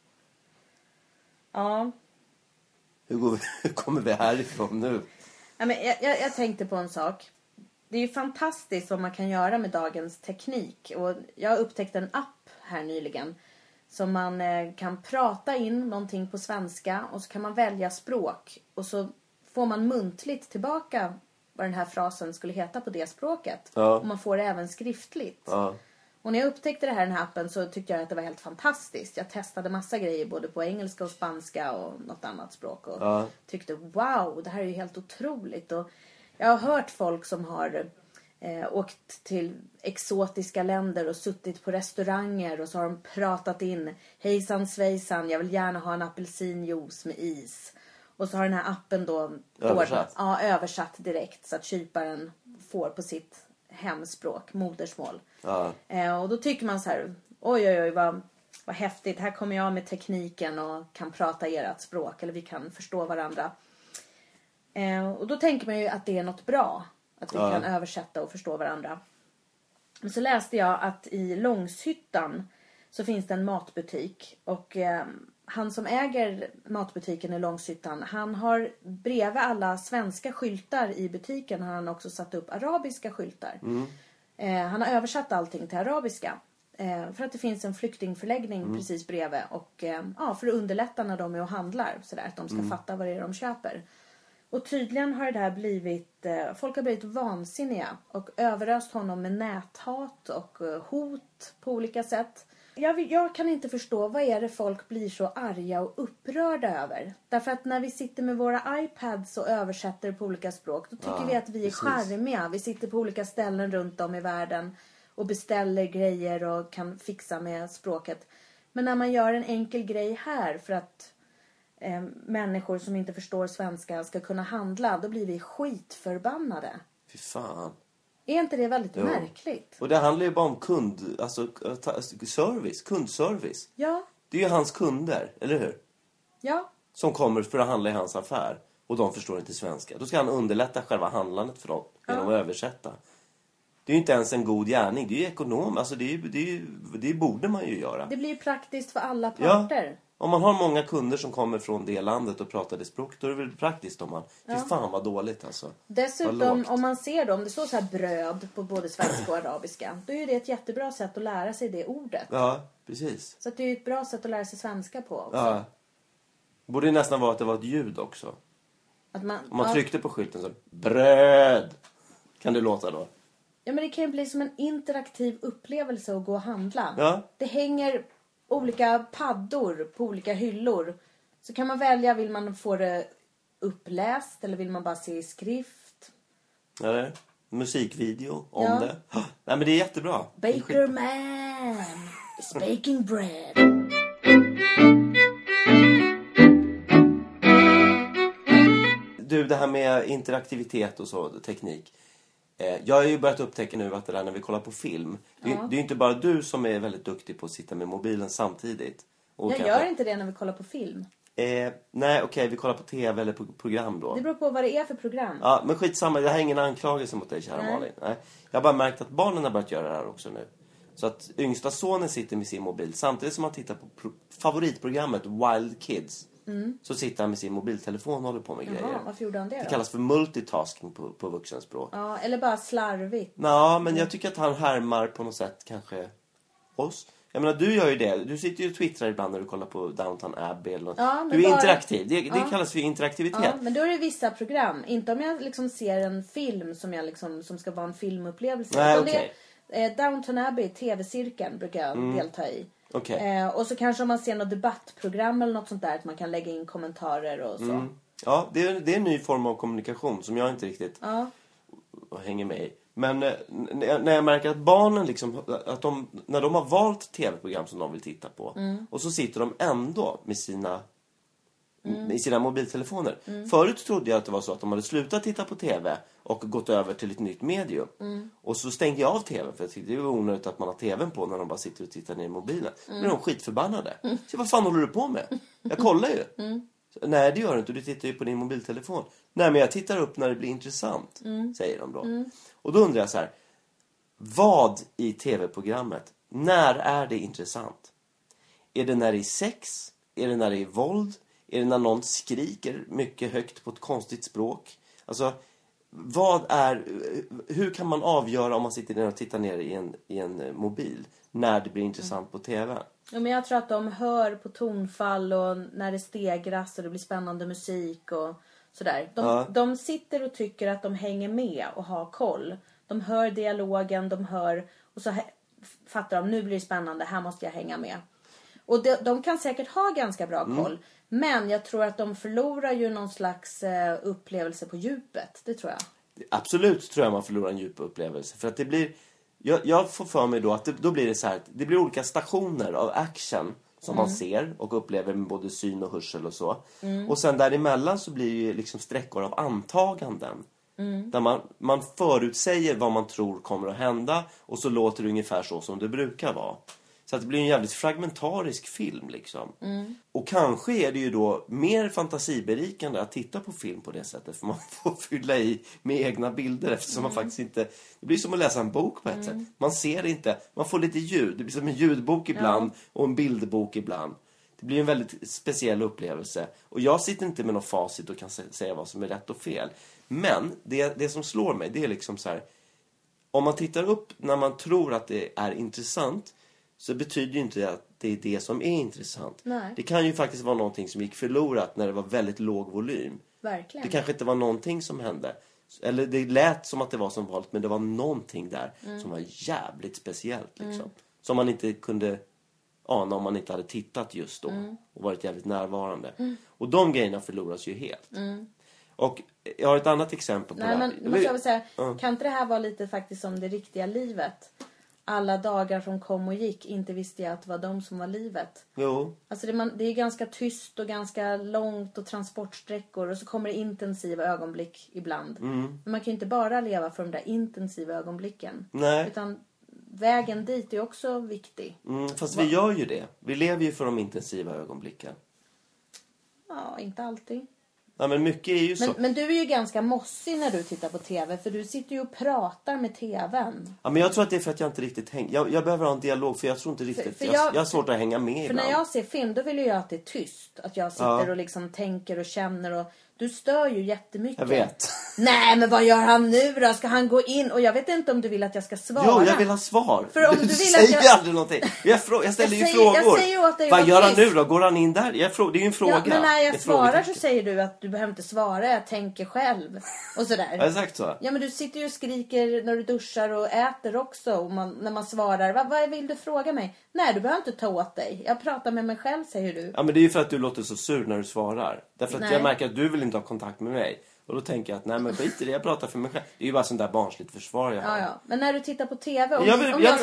Ja. Hur kommer vi härifrån nu? Ja, men jag tänkte på en sak. Det är ju fantastiskt vad man kan göra med dagens teknik. Och jag har upptäckt en app här nyligen. Så man kan prata in någonting på svenska. Och så kan man välja språk. Och så får man muntligt tillbaka vad den här frasen skulle heta på det språket. Ja. Och man får det även skriftligt. Ja. Och när jag upptäckte det här, den här appen, så tyckte jag att det var helt fantastiskt. Jag testade massa grejer både på engelska och spanska och något annat språk. Och tyckte, wow, det här är ju helt otroligt. Och jag har hört folk som har åkt till exotiska länder och suttit på restauranger. Och så har de pratat in, hejsan svejsan, jag vill gärna ha en apelsinjuice med is. Och så har den här appen då översatt direkt så att kyparen får på sitt hemspråk, modersmål. Ja. Och då tycker man så här, oj vad häftigt, här kommer jag med tekniken och kan prata ert språk, eller vi kan förstå varandra. Och då tänker man ju att det är något bra, att vi kan översätta och förstå varandra. Men så läste jag att i Långshyttan så finns det en matbutik, och han som äger matbutiken i Långshyttan, han har bredvid alla svenska skyltar i butiken har han också satt upp arabiska skyltar. Han har översatt allting till arabiska. För att det finns en flyktingförläggning precis bredvid. Och för att underlätta när de är och handlar. Så där, att de ska fatta vad det är de köper. Och tydligen har det här blivit, folk har blivit vansinniga. Och överöst honom med näthat och hot på olika sätt. Jag kan inte förstå, vad är det folk blir så arga och upprörda över? Därför att när vi sitter med våra iPads och översätter på olika språk, då tycker vi att vi är charmiga. Vi sitter på olika ställen runt om i världen och beställer grejer och kan fixa med språket. Men när man gör en enkel grej här för att människor som inte förstår svenska ska kunna handla, då blir vi skitförbannade. Fy fan. Är inte det väldigt märkligt? Och det handlar ju bara om kundservice. Ja. Det är ju hans kunder, eller hur? Ja. Som kommer för att handla i hans affär. Och de förstår inte svenska. Då ska han underlätta själva handlandet för dem genom att översätta. Det är ju inte ens en god gärning. Det är ju ekonom. Alltså det borde man ju göra. Det blir ju praktiskt för alla parter. Ja. Om man har många kunder som kommer från det landet och pratar det språket, då är det väl praktiskt om man... Fy fan vad dåligt alltså. Dessutom, om man ser dem, det står så här bröd på både svenska och arabiska. Då är ju det ett jättebra sätt att lära sig det ordet. Ja, precis. Så att det är ju ett bra sätt att lära sig svenska på också. Ja. Borde ju nästan vara att det var ett ljud också. Att om man tryckte på skylten så... Bröd! Kan det låta då? Ja, men det kan ju bli som en interaktiv upplevelse att gå och handla. Ja. Det hänger olika paddor på olika hyllor. Så kan man välja, vill man få det uppläst eller vill man bara se i skrift? Ja, det är musikvideo om det. Nej, men det är jättebra. Baker man is baking bread. Du, det här med interaktivitet och så, teknik. Jag har ju börjat upptäcka nu att det där när vi kollar på film. Det är ju inte bara du som är väldigt duktig på att sitta med mobilen samtidigt. Och Jag gör inte det när vi kollar på film. Nej, okej, vi kollar på tv eller på program då. Det beror på vad det är för program. Ja, men skitsamma, jag har ingen anklagelse mot dig, kära Malin. Nej. Jag har bara märkt att barnen har börjat göra det här också nu. Så att yngsta sonen sitter med sin mobil samtidigt som han tittar på favoritprogrammet Wild Kids. Så sitter han med sin mobiltelefon och håller på med grejer. Varför gjorde han det då? Det kallas för multitasking på vuxenspråk. Ja, eller bara slarvigt. Ja, men jag tycker att han härmar på något sätt kanske oss. Jag menar, du gör ju det. Du sitter ju och twittrar ibland när du kollar på Downton Abbey eller något. Ja, du är interaktiv. Det kallas för interaktivitet. Ja, men då är det vissa program. Inte om jag liksom ser en film som ska vara en filmupplevelse. Nej, okej. Downton Abbey, tv-cirkeln brukar jag delta i. Okay. Och så kanske om man ser något debattprogram eller något sånt där, att man kan lägga in kommentarer och så. Ja, det är en ny form av kommunikation som jag inte riktigt hänger med i. Men när jag märker att barnen liksom, att när de har valt tv-program som de vill titta på, och så sitter de ändå med sina mobiltelefoner. Förut trodde jag att det var så att de hade slutat titta på tv och gått över till ett nytt medium. Och så stängde jag av tv för jag tyckte det var onödigt att man har tvn på när de bara sitter och tittar ner i mobilen. Men de är skitförbannade. Så vad fan håller du på med? Jag kollar ju. Nej, det gör du inte. Du tittar ju på din mobiltelefon. Nej, men jag tittar upp när det blir intressant, säger de då. Och då undrar jag så här, vad i tv-programmet, när är det intressant? Är det när det är sex? Är det när det är våld? Är det när någon skriker mycket högt på ett konstigt språk? Alltså, hur kan man avgöra om man sitter ner och tittar ner i en mobil när det blir intressant på tv? Ja, men jag tror att de hör på tonfall och när det stegras och det blir spännande musik och sådär. De sitter och tycker att de hänger med och har koll. De hör dialogen, de hör och så fattar de, nu blir det spännande, här måste jag hänga med. Och de kan säkert ha ganska bra koll. Men jag tror att de förlorar ju någon slags upplevelse på djupet. Det tror jag. Absolut tror jag man förlorar en djup upplevelse. För att det blir... Jag får för mig då att då blir det så här... Det blir olika stationer av action som man ser och upplever med både syn och hörsel och så. Och sen däremellan så blir det ju liksom sträckor av antaganden. Där man förutsäger vad man tror kommer att hända och så låter det ungefär så som det brukar vara. Så att det blir en jävligt fragmentarisk film liksom. Och kanske är det ju då mer fantasiberikande att titta på film på det sättet. För man får fylla i med egna bilder eftersom man faktiskt inte... Det blir som att läsa en bok på ett sätt. Man ser inte, man får lite ljud. Det blir som en ljudbok ibland och en bildbok ibland. Det blir en väldigt speciell upplevelse. Och jag sitter inte med någon facit och kan säga vad som är rätt och fel. Men det som slår mig, det är liksom så här... Om man tittar upp när man tror att det är intressant... Så betyder ju inte att det är det som är intressant. Nej. Det kan ju faktiskt vara någonting som gick förlorat när det var väldigt låg volym. Verkligen. Det kanske inte var någonting som hände. Eller det lät som att det var som vanligt, men det var någonting där som var jävligt speciellt. Liksom. Som man inte kunde ana om man inte hade tittat just då. Och varit jävligt närvarande. Och de grejerna förloras ju helt. Och jag har ett annat exempel på det här. Men måste jag väl säga, kan inte det här vara lite faktiskt som det riktiga livet? Alla dagar som kom och gick, inte visste jag att det var de som var livet. Jo. Alltså det är ganska tyst och ganska långt och transportsträckor. Och så kommer det intensiva ögonblick ibland. Men man kan ju inte bara leva för de där intensiva ögonblicken. Nej. Utan vägen dit är också viktig. Fast vi gör ju det. Vi lever ju för de intensiva ögonblicken. Ja, inte alltid. Ja, men mycket är ju så. Men du är ju ganska mossig när du tittar på tv. För du sitter ju och pratar med tvn. Ja, men jag tror att det är för att jag inte riktigt hänger. Jag behöver ha en dialog för jag tror inte riktigt. Jag har svårt att hänga med för ibland. När jag ser film då vill jag att det är tyst. Att jag sitter och liksom tänker och känner. Och du stör ju jättemycket. Jag vet. Nej, men vad gör han nu då? Ska han gå in? Och jag vet inte om du vill att jag ska svara. Jo, jag vill ha svar. För om du vill säger att jag... aldrig någonting. Jag ställer ju frågor. Jag säger ju att det vad gör han tyst. nu då? Går han in där? Det är ju en fråga. Ja, men när jag svarar så säger du att du behöver inte svara. Jag tänker själv. Och sådär. Har jag sagt så? Ja, men du sitter ju och skriker när du duschar och äter också. Och när man svarar. Vad vill du fråga mig? Nej, du behöver inte ta åt dig. Jag pratar med mig själv, säger du. Ja, men det är ju för att du låter så sur när du svarar. Därför att jag märker att du vill inte ha kontakt med mig. Och då tänker jag att nej, men skit i det, jag pratar för mig själv. Det är ju bara sånt där barnsligt försvar jag har. Ja. Men när du tittar på tv, om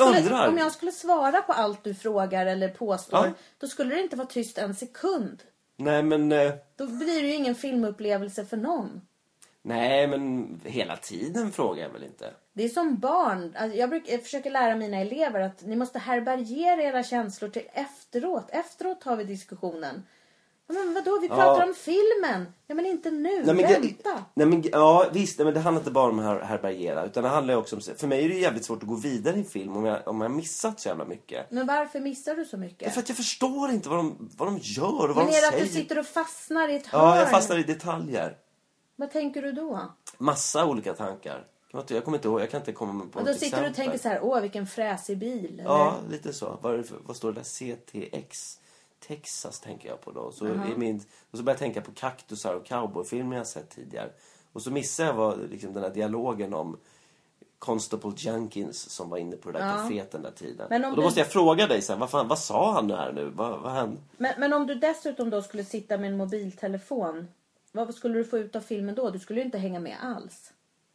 jag skulle svara på allt du frågar eller påstår, då skulle det inte vara tyst en sekund. Nej, men... Då blir det ju ingen filmupplevelse för någon. Nej, men hela tiden frågar jag väl inte. Det är som barn. Alltså, jag försöker lära mina elever att ni måste härbärgera era känslor till efteråt. Efteråt har vi diskussionen. Men vadå, vi pratar om filmen. Ja, men inte nu, vänta. Ja, visst, men det handlar inte bara om att härbärgera. Utan det handlar också om... För mig är det jävligt svårt att gå vidare i en film om jag missat så jävla mycket. Men varför missar du så mycket? Det är för att jag förstår inte vad de gör och vad de säger. Men är det att du sitter och fastnar i ett hörn? Ja, jag fastnar i detaljer. Vad tänker du då? Massa olika tankar. Jag kommer inte ihåg, jag kan inte komma på något exempel. Då sitter du och tänker så här, vilken fräsig bil. Eller? Ja, lite så. Vad står det där? CTX... Texas tänker jag på då. Och så börjar jag tänka på kaktusar och cowboyfilmer jag sett tidigare. Och så missar jag liksom den här dialogen om Constable Jenkins som var inne på det där kaféet den där tiden. Och då måste jag fråga dig så här, vad sa han nu här nu? Vad hände? Men om du dessutom då skulle sitta med en mobiltelefon, vad skulle du få ut av filmen då? Du skulle ju inte hänga med alls.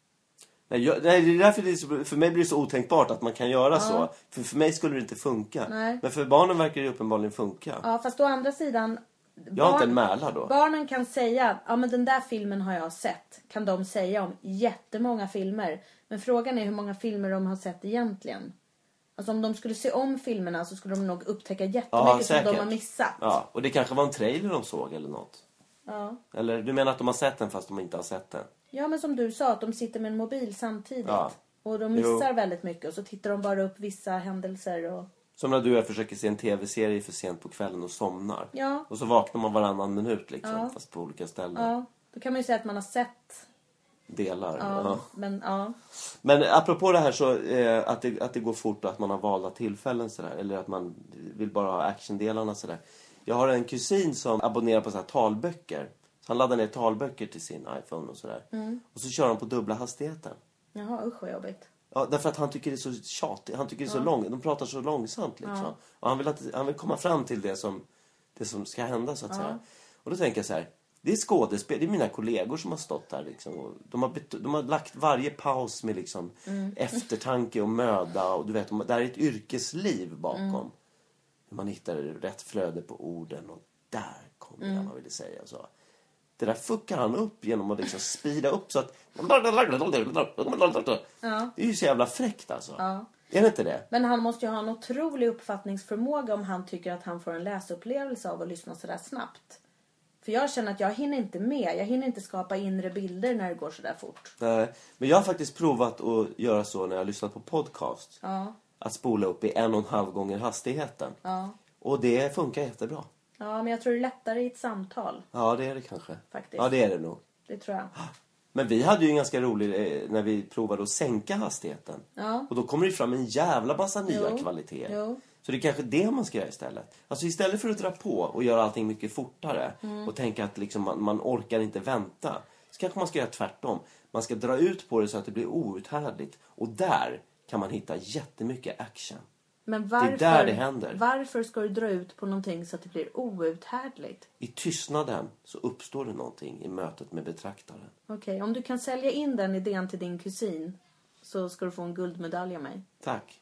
Nej, det är därför för mig blir det så otänkbart att man kan göra så. För mig skulle det inte funka. Nej. Men för barnen verkar det uppenbarligen funka. Ja, fast å andra sidan... Jag har inte en mäla då. Barnen kan säga, ja men den där filmen har jag sett. Kan de säga om jättemånga filmer. Men frågan är hur många filmer de har sett egentligen. Alltså om de skulle se om filmerna så skulle de nog upptäcka jättemycket som de har missat. Ja, och det kanske var en trailer de såg eller något. Ja. Eller du menar att de har sett den fast de inte har sett den? Ja, men som du sa, att de sitter med en mobil samtidigt. Ja. Och de missar väldigt mycket. Och så tittar de bara upp vissa händelser. Och... Som när du och jag försöker se en tv-serie för sent på kvällen och somnar. Ja. Och så vaknar man varannan minut liksom, fast på olika ställen. Ja, då kan man ju säga att man har sett delar. Ja. Men apropå det här så att det går fort och att man har valda tillfällen sådär, eller att man vill bara ha actiondelarna sådär. Jag har en kusin som abonnerar på så här talböcker. Så han laddar ner talböcker till sin iPhone och sådär. Och så kör han på dubbla hastigheten. Jaha, usch vad jobbigt. Ja, därför att han tycker det är så tjatigt. Han tycker det är så långt. De pratar så långsamt liksom. Ja. Och han vill komma fram till det som ska hända så att säga. Och då tänker jag så här. Det är skådespel. Det är mina kollegor som har stått där liksom. Och de har lagt varje paus med liksom eftertanke och möda. Och du vet, det här är ett yrkesliv bakom. Man hittar rätt flöde på orden. Och där kommer det man ville säga. Så. Det där fuckar han upp genom att liksom speeda upp så att... Det är ju så jävla fräckt alltså. Ja. Är det inte det? Men han måste ju ha en otrolig uppfattningsförmåga om han tycker att han får en läsupplevelse av att lyssna så där snabbt. För jag känner att jag hinner inte med. Jag hinner inte skapa inre bilder när det går så där fort. Nej, men jag har faktiskt provat att göra så när jag har lyssnat på podcast. Ja. Att spola upp i 1,5 gånger hastigheten. Ja. Och det funkar jättebra. Ja, men jag tror det är lättare i ett samtal. Ja, det är det kanske. Faktiskt. Ja, det är det nog. Det tror jag. Men vi hade ju en ganska rolig när vi provade att sänka hastigheten. Ja. Och då kommer det fram en jävla massa nya kvaliteter. Jo. Så det är kanske det man ska göra istället. Alltså istället för att dra på och göra allting mycket fortare. Och tänka att liksom man orkar inte vänta. Så kanske man ska göra tvärtom. Man ska dra ut på det så att det blir outhärdligt. Och där kan man hitta jättemycket action. Men varför, det är där det händer. Varför ska du dra ut på någonting så att det blir outhärdligt? I tystnaden så uppstår det någonting i mötet med betraktaren. Okej, om du kan sälja in den idén till din kusin så ska du få en guldmedalj av mig. Tack.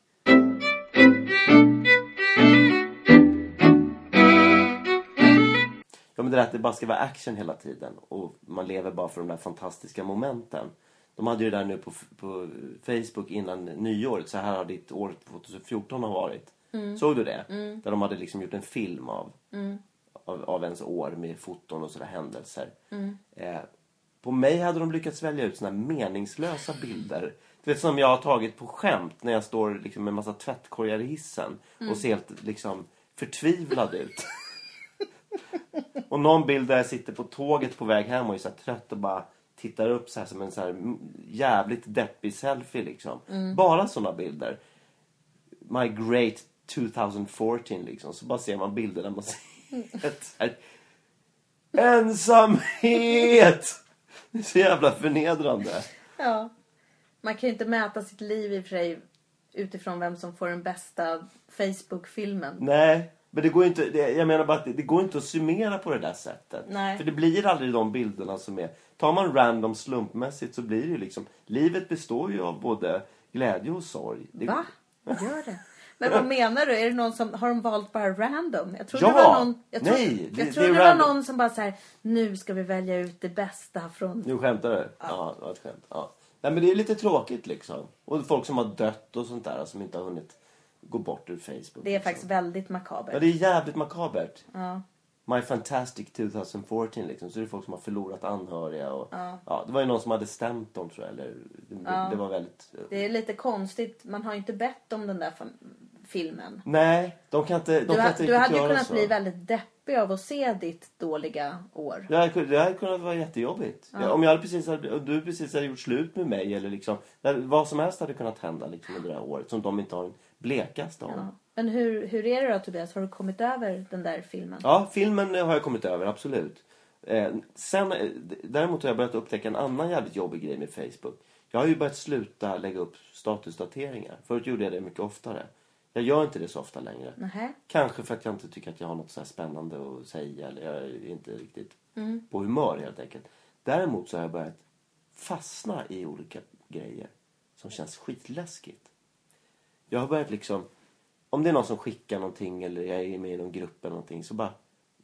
Ja, men det är att det bara ska vara action hela tiden. Och man lever bara för de där fantastiska momenten. De hade ju det där nu på Facebook innan nyåret. Så här har ditt år 2014 har varit. Såg du det? Där de hade liksom gjort en film av ens år med foton och sådär händelser. På mig hade de lyckats välja ut såna meningslösa bilder. Du vet, som jag har tagit på skämt när jag står liksom med en massa tvättkorgar i hissen. Och ser helt liksom förtvivlad ut. Och någon bild där jag sitter på tåget på väg hem och är så här trött och bara tittar upp så här som en så här jävligt deppig selfie liksom. Bara såna bilder. My great 2014 liksom. Så bara ser man bilder där man ser ett så här ensamhet. Det är så jävla förnedrande. Ja. Man kan ju inte mäta sitt liv i och för sig utifrån vem som får den bästa Facebook-filmen. Nej. Men det går inte, jag menar bara att det går inte att summera på det där sättet. Nej. För det blir aldrig de bilderna som är... Tar man random slumpmässigt så blir det ju liksom... Livet består ju av både glädje och sorg. Va? Gör det? Men vad menar du? Är det någon som... Har de valt bara random? Jag trodde Ja! det var någon... Jag trodde det var någon som bara så här... Nu ska vi välja ut det bästa från... Nu skämtar du? Ja, det var ett skämt. Ja. Nej, men det är lite tråkigt liksom. Och folk som har dött och sånt där som inte har hunnit... gå bort ur Facebook. Det är faktiskt väldigt makabert. Ja, det är jävligt makabert. Ja. My Fantastic 2014 liksom. Så det är folk som har förlorat anhöriga. Och, ja, det var ju någon som hade stämt dem tror jag. Eller, det var väldigt... Det är lite konstigt. Man har ju inte bett om den där filmen. Nej, de kan inte Du hade ju kunnat så. bli väldigt deppig av att se ditt dåliga år. Det hade kunnat vara jättejobbigt. Ja. Om du precis hade gjort slut med mig. Eller liksom, vad som helst hade kunnat hända liksom, under det här året. Som de inte har en blekaste om. Ja. Men hur är det då Tobias? Har du kommit över den där filmen? Ja, filmen har jag kommit över, absolut. Däremot har jag börjat upptäcka en annan jävligt jobbig grej med Facebook. Jag har ju börjat sluta lägga upp statusdateringar. Förut gjorde jag det mycket oftare. Jag gör inte det så ofta längre. Nähä. Kanske för att jag inte tycker att jag har något så här spännande att säga. Eller jag är inte riktigt på humör helt enkelt. Däremot så har jag börjat fastna i olika grejer som känns skitläskigt. Jag har börjat liksom... Om det är någon som skickar någonting eller jag är med i någon grupp eller någonting så bara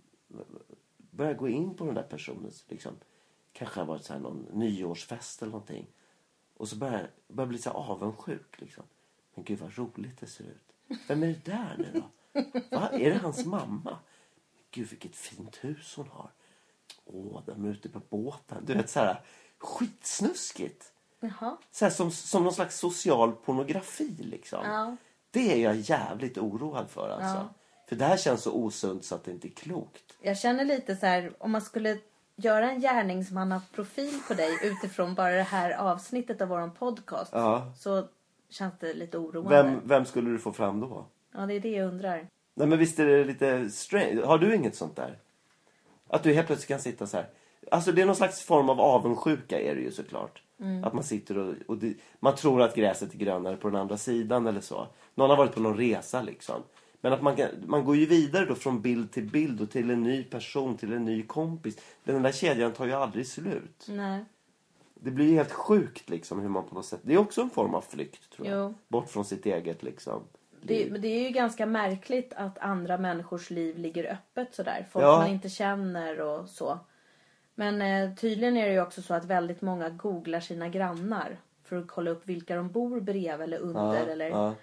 börjar gå in på den där personen liksom. Kanske har varit så här någon nyårsfest eller någonting. Och så börjar bli så här avundsjuk liksom. Men gud vad roligt det ser ut. Vem är det där nu då? Va? Är det hans mamma? Gud vilket fint hus hon har. De är ute på båten. Du vet så här skitsnuskigt. Jaha. Så här, som någon slags social pornografi liksom. Ja. Det är jag jävligt oroad för alltså. Ja. För det här känns så osunt så att det inte är klokt. Jag känner lite så här, om man skulle göra en gärningsmannaprofil på dig utifrån bara det här avsnittet av våran podcast. Ja. Så känns det lite oroande. Vem skulle du få fram då? Ja, det är det jag undrar. Nej, men visst är det lite strange. Har du inget sånt där? Att du helt plötsligt kan sitta så här. Alltså det är någon slags form av avundsjuka är det ju såklart. Att man sitter och man tror att gräset är grönare på den andra sidan eller så. Någon har varit på någon resa liksom. Men att man går ju vidare då från bild till bild och till en ny person, till en ny kompis. Den där kedjan tar ju aldrig slut. Nej. Det blir ju helt sjukt liksom hur man på något sätt. Det är också en form av flykt tror jag. Jo. Bort från sitt eget liksom. Men det är ju ganska märkligt att andra människors liv ligger öppet sådär. Folk Ja. man inte känner och så. Men tydligen är det ju också så att väldigt många googlar sina grannar. För att kolla upp vilka de bor bredvid eller under. Ja.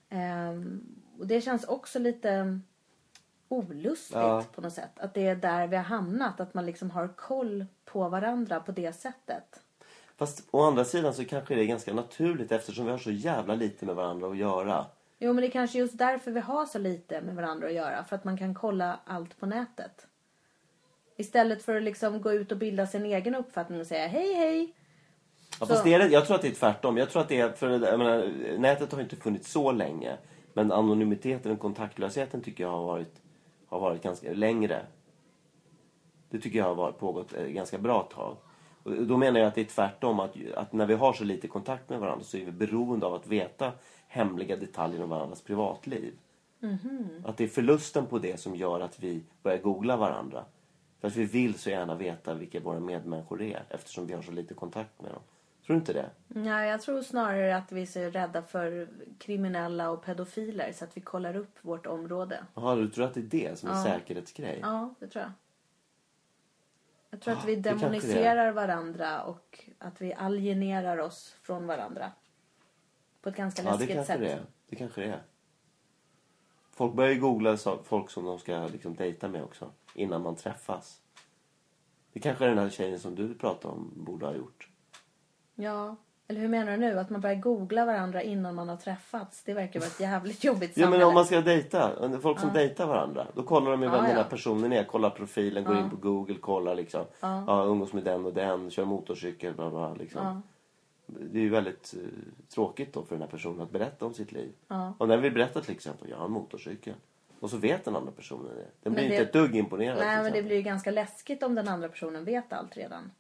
Och det känns också lite olustigt på något sätt. Att det är där vi har hamnat. Att man liksom har koll på varandra på det sättet. Fast å andra sidan så kanske det är ganska naturligt eftersom vi har så jävla lite med varandra att göra. Jo, men det är kanske just därför vi har så lite med varandra att göra. För att man kan kolla allt på nätet. Istället för att liksom gå ut och bilda sin egen uppfattning och säga hej hej. Ja, fast jag tror att det är tvärtom. Jag tror att det är, för jag menar, nätet har inte funnits så länge. Men anonymiteten och kontaktlösheten tycker jag har varit ganska längre. Det tycker jag har pågått ganska bra tag. Och då menar jag att det är tvärtom. Att när vi har så lite kontakt med varandra så är vi beroende av att veta hemliga detaljer om varandras privatliv. Att det är förlusten på det som gör att vi börjar googla varandra. För att vi vill så gärna veta vilka våra medmänniskor är. Eftersom vi har så lite kontakt med dem. Tror du inte det? Nej, jag tror snarare att vi är så rädda för kriminella och pedofiler. Så att vi kollar upp vårt område. Jaha, du tror att det är det som är säkerhetsgrej? Ja, det tror jag. Jag tror att vi det kanske demoniserar varandra. Och att vi alienerar oss från varandra. På ett ganska läskigt sätt. Det kanske det är. Folk börjar ju googla folk som de ska liksom dejta med också. Innan man träffas. Det kanske är den här tjejen som du pratade om borde ha gjort. Ja, eller hur menar du nu? Att man börjar googla varandra innan man har träffats. Det verkar vara ett jävligt jobbigt samhälle. Ja, men om man ska dejta. Folk som dejtar varandra. Då kollar de ju vem den här personen är. Kollar profilen, går in på Google, kollar liksom. Umgås med den och den, kör motorcykel, bla bla liksom. Det är ju väldigt tråkigt då för den här personen att berätta om sitt liv. Om den vill berätta till exempel, jag har en motorcykel. Och så vet den andra personen det. Den blir inte ett dugg imponerad. Nej, men det blir ju ganska läskigt om den andra personen vet allt redan.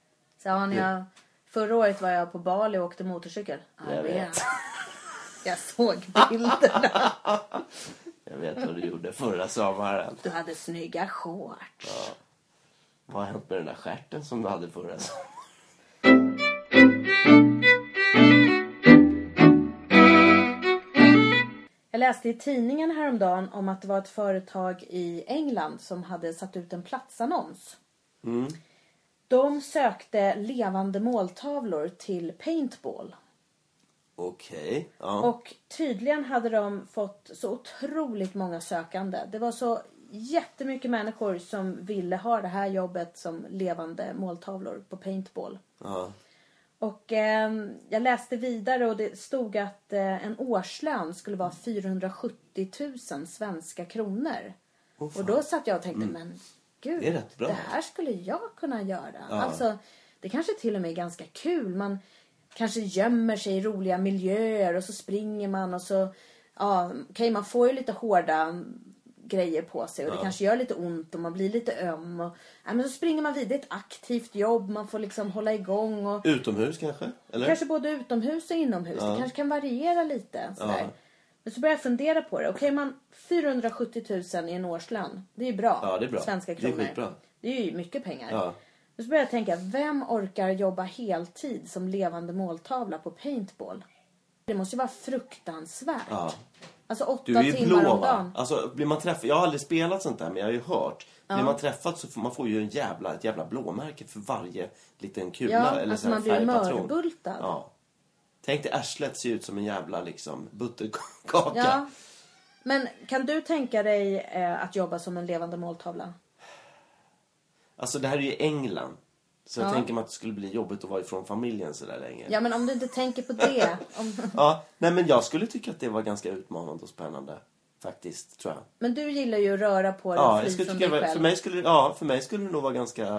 Så förra året var jag på Bali och åkte motorcykel. Jag vet. Jag såg bilderna. Jag vet vad du gjorde förra sommaren. Du hade snygga shorts. Ja. Vad har hänt med den där skärten som du hade förra sommaren? Jag läste i tidningen häromdagen om att det var ett företag i England som hade satt ut en platsannons. De sökte levande måltavlor till paintball. Okej. Ja. Och tydligen hade de fått så otroligt många sökande. Det var så jättemycket människor som ville ha det här jobbet som levande måltavlor på paintball. Ja. Och jag läste vidare och det stod att en årslön skulle vara 470 000 svenska kronor. Och då satt jag och tänkte, men gud, det är rätt bra. Det här skulle jag kunna göra. Alltså, det kanske till och med är ganska kul. Man kanske gömmer sig i roliga miljöer och så springer man och så, man får ju lite hårda grejer på sig och det kanske gör lite ont och man blir lite öm och men så springer man vidare. Det är ett aktivt jobb, man får liksom hålla igång och utomhus kanske? Eller? Kanske både utomhus och inomhus. Det kanske kan variera lite sådär. Men så börjar jag fundera på det. Man 470 000 i en årslön. Det är bra. Ja, det är bra. Svenska kronor. Det är skitbra. Det är ju mycket pengar. Ja. Men så börjar jag tänka, vem orkar jobba heltid som levande måltavla på paintball? Det måste ju vara fruktansvärt. Ja. Alltså 8 Du är ju timmar blå, om va? dagen. Alltså blir man träffad, jag har aldrig spelat sånt där men jag har ju hört. Blir man träffad så får man får ju ett jävla blåmärke för varje liten kula eller alltså så här man blir färgpatron. mörbultad. Ja. Tänk dig arslet ser ut som en jävla liksom butterkaka. Ja. Men kan du tänka dig att jobba som en levande måltavla? Alltså det här är ju England. Så jag tänker mig att det skulle bli jobbigt att vara ifrån familjen så där länge. Ja, men om du inte tänker på det. Ja, nej men jag skulle tycka att det var ganska utmanande och spännande. Faktiskt, tror jag. Men du gillar ju att röra på dig och fly från dig själv. För mig skulle det nog vara ganska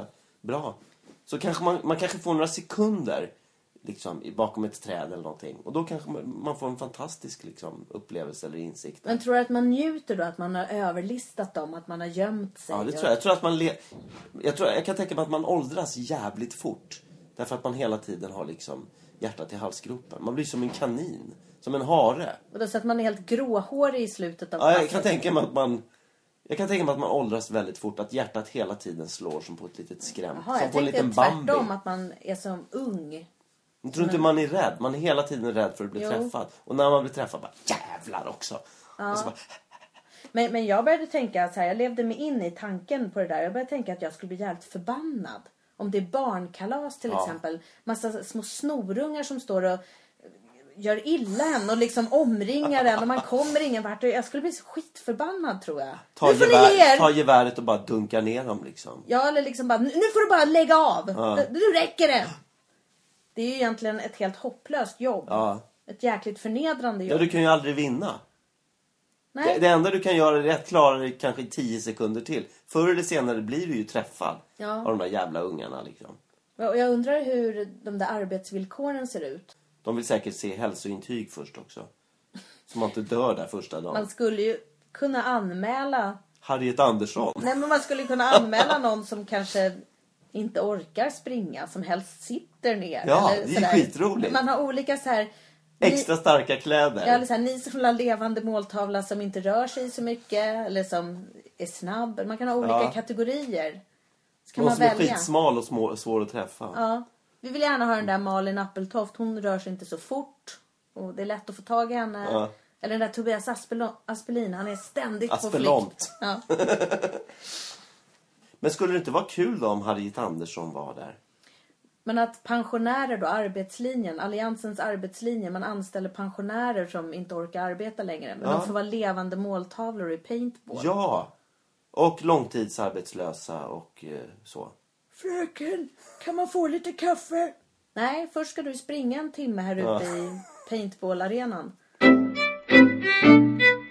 Bra. Så kanske man kanske får några sekunder liksom, bakom ett träd eller någonting. Och då kanske man får en fantastisk liksom, upplevelse eller insikt. Men tror du att man njuter då? Att man har överlistat dem? Att man har gömt sig? Ja, det tror jag. Jag tror att jag kan tänka mig att man åldras jävligt fort. Därför att man hela tiden har liksom hjärtat i halsgropen. Man blir som en kanin. Som en hare. Och då så att man är helt gråhårig i slutet av passet. Ja, jag kan tänka mig att man åldras väldigt fort. Att hjärtat hela tiden slår som på ett litet skrämt. Jaha, som jag på en liten Bambi. Tvärtom att man är som ung. Jag tror inte man är rädd. Man är hela tiden rädd för att bli träffad. Och när man blir träffad bara jävlar också. Ja. Och så bara... men jag började tänka så här. Jag levde mig in i tanken på det där. Jag började tänka att jag skulle bli jävligt förbannad. Om det är barnkalas till exempel. Massa små snorungar som står och gör illa en och liksom omringar en och man kommer ingen vart. Jag skulle bli så skitförbannad tror jag. Ta geväret och bara dunka ner dem liksom. Ja, eller liksom bara, nu får du bara lägga av. Nu räcker det. Det är ju egentligen ett helt hopplöst jobb. Ja. Ett jäkligt förnedrande jobb. Ja, du kan ju aldrig vinna. Nej. Det enda du kan göra är att klara dig kanske 10 sekunder till. Förr eller senare blir du ju träffad av de där jävla ungarna liksom. Och jag undrar hur de där arbetsvillkoren ser ut. De vill säkert se hälsointyg först också. Så man inte dör där första dagen. Man skulle ju kunna anmäla... Harriet Andersson. Nej, men man skulle kunna anmäla någon som kanske inte orkar springa. Som helst sitter ner. Ja, eller det är skitroligt. Man har olika så här... Extra starka kläder. Ja, eller så här, ni som har levande måltavla som inte rör sig så mycket. Eller som är snabb. Man kan ha olika kategorier. Så kan någon man som välja. är skitsmal och svår att träffa. Ja. Vi vill gärna ha den där Malin Appeltoft. Hon rör sig inte så fort. Och det är lätt att få tag i henne. Ja. Eller den där Tobias Aspelin. Han är ständigt på flykt. Ja. Men skulle det inte vara kul då om Harriet Andersson var där? Men att pensionärer då, arbetslinjen, Alliansens arbetslinje, man anställer pensionärer som inte orkar arbeta längre. Men de får vara levande måltavlor i paintball. Ja, och långtidsarbetslösa och så. Fröken, kan man få lite kaffe? Nej, först ska du springa en timme här ute i paintball-arenan.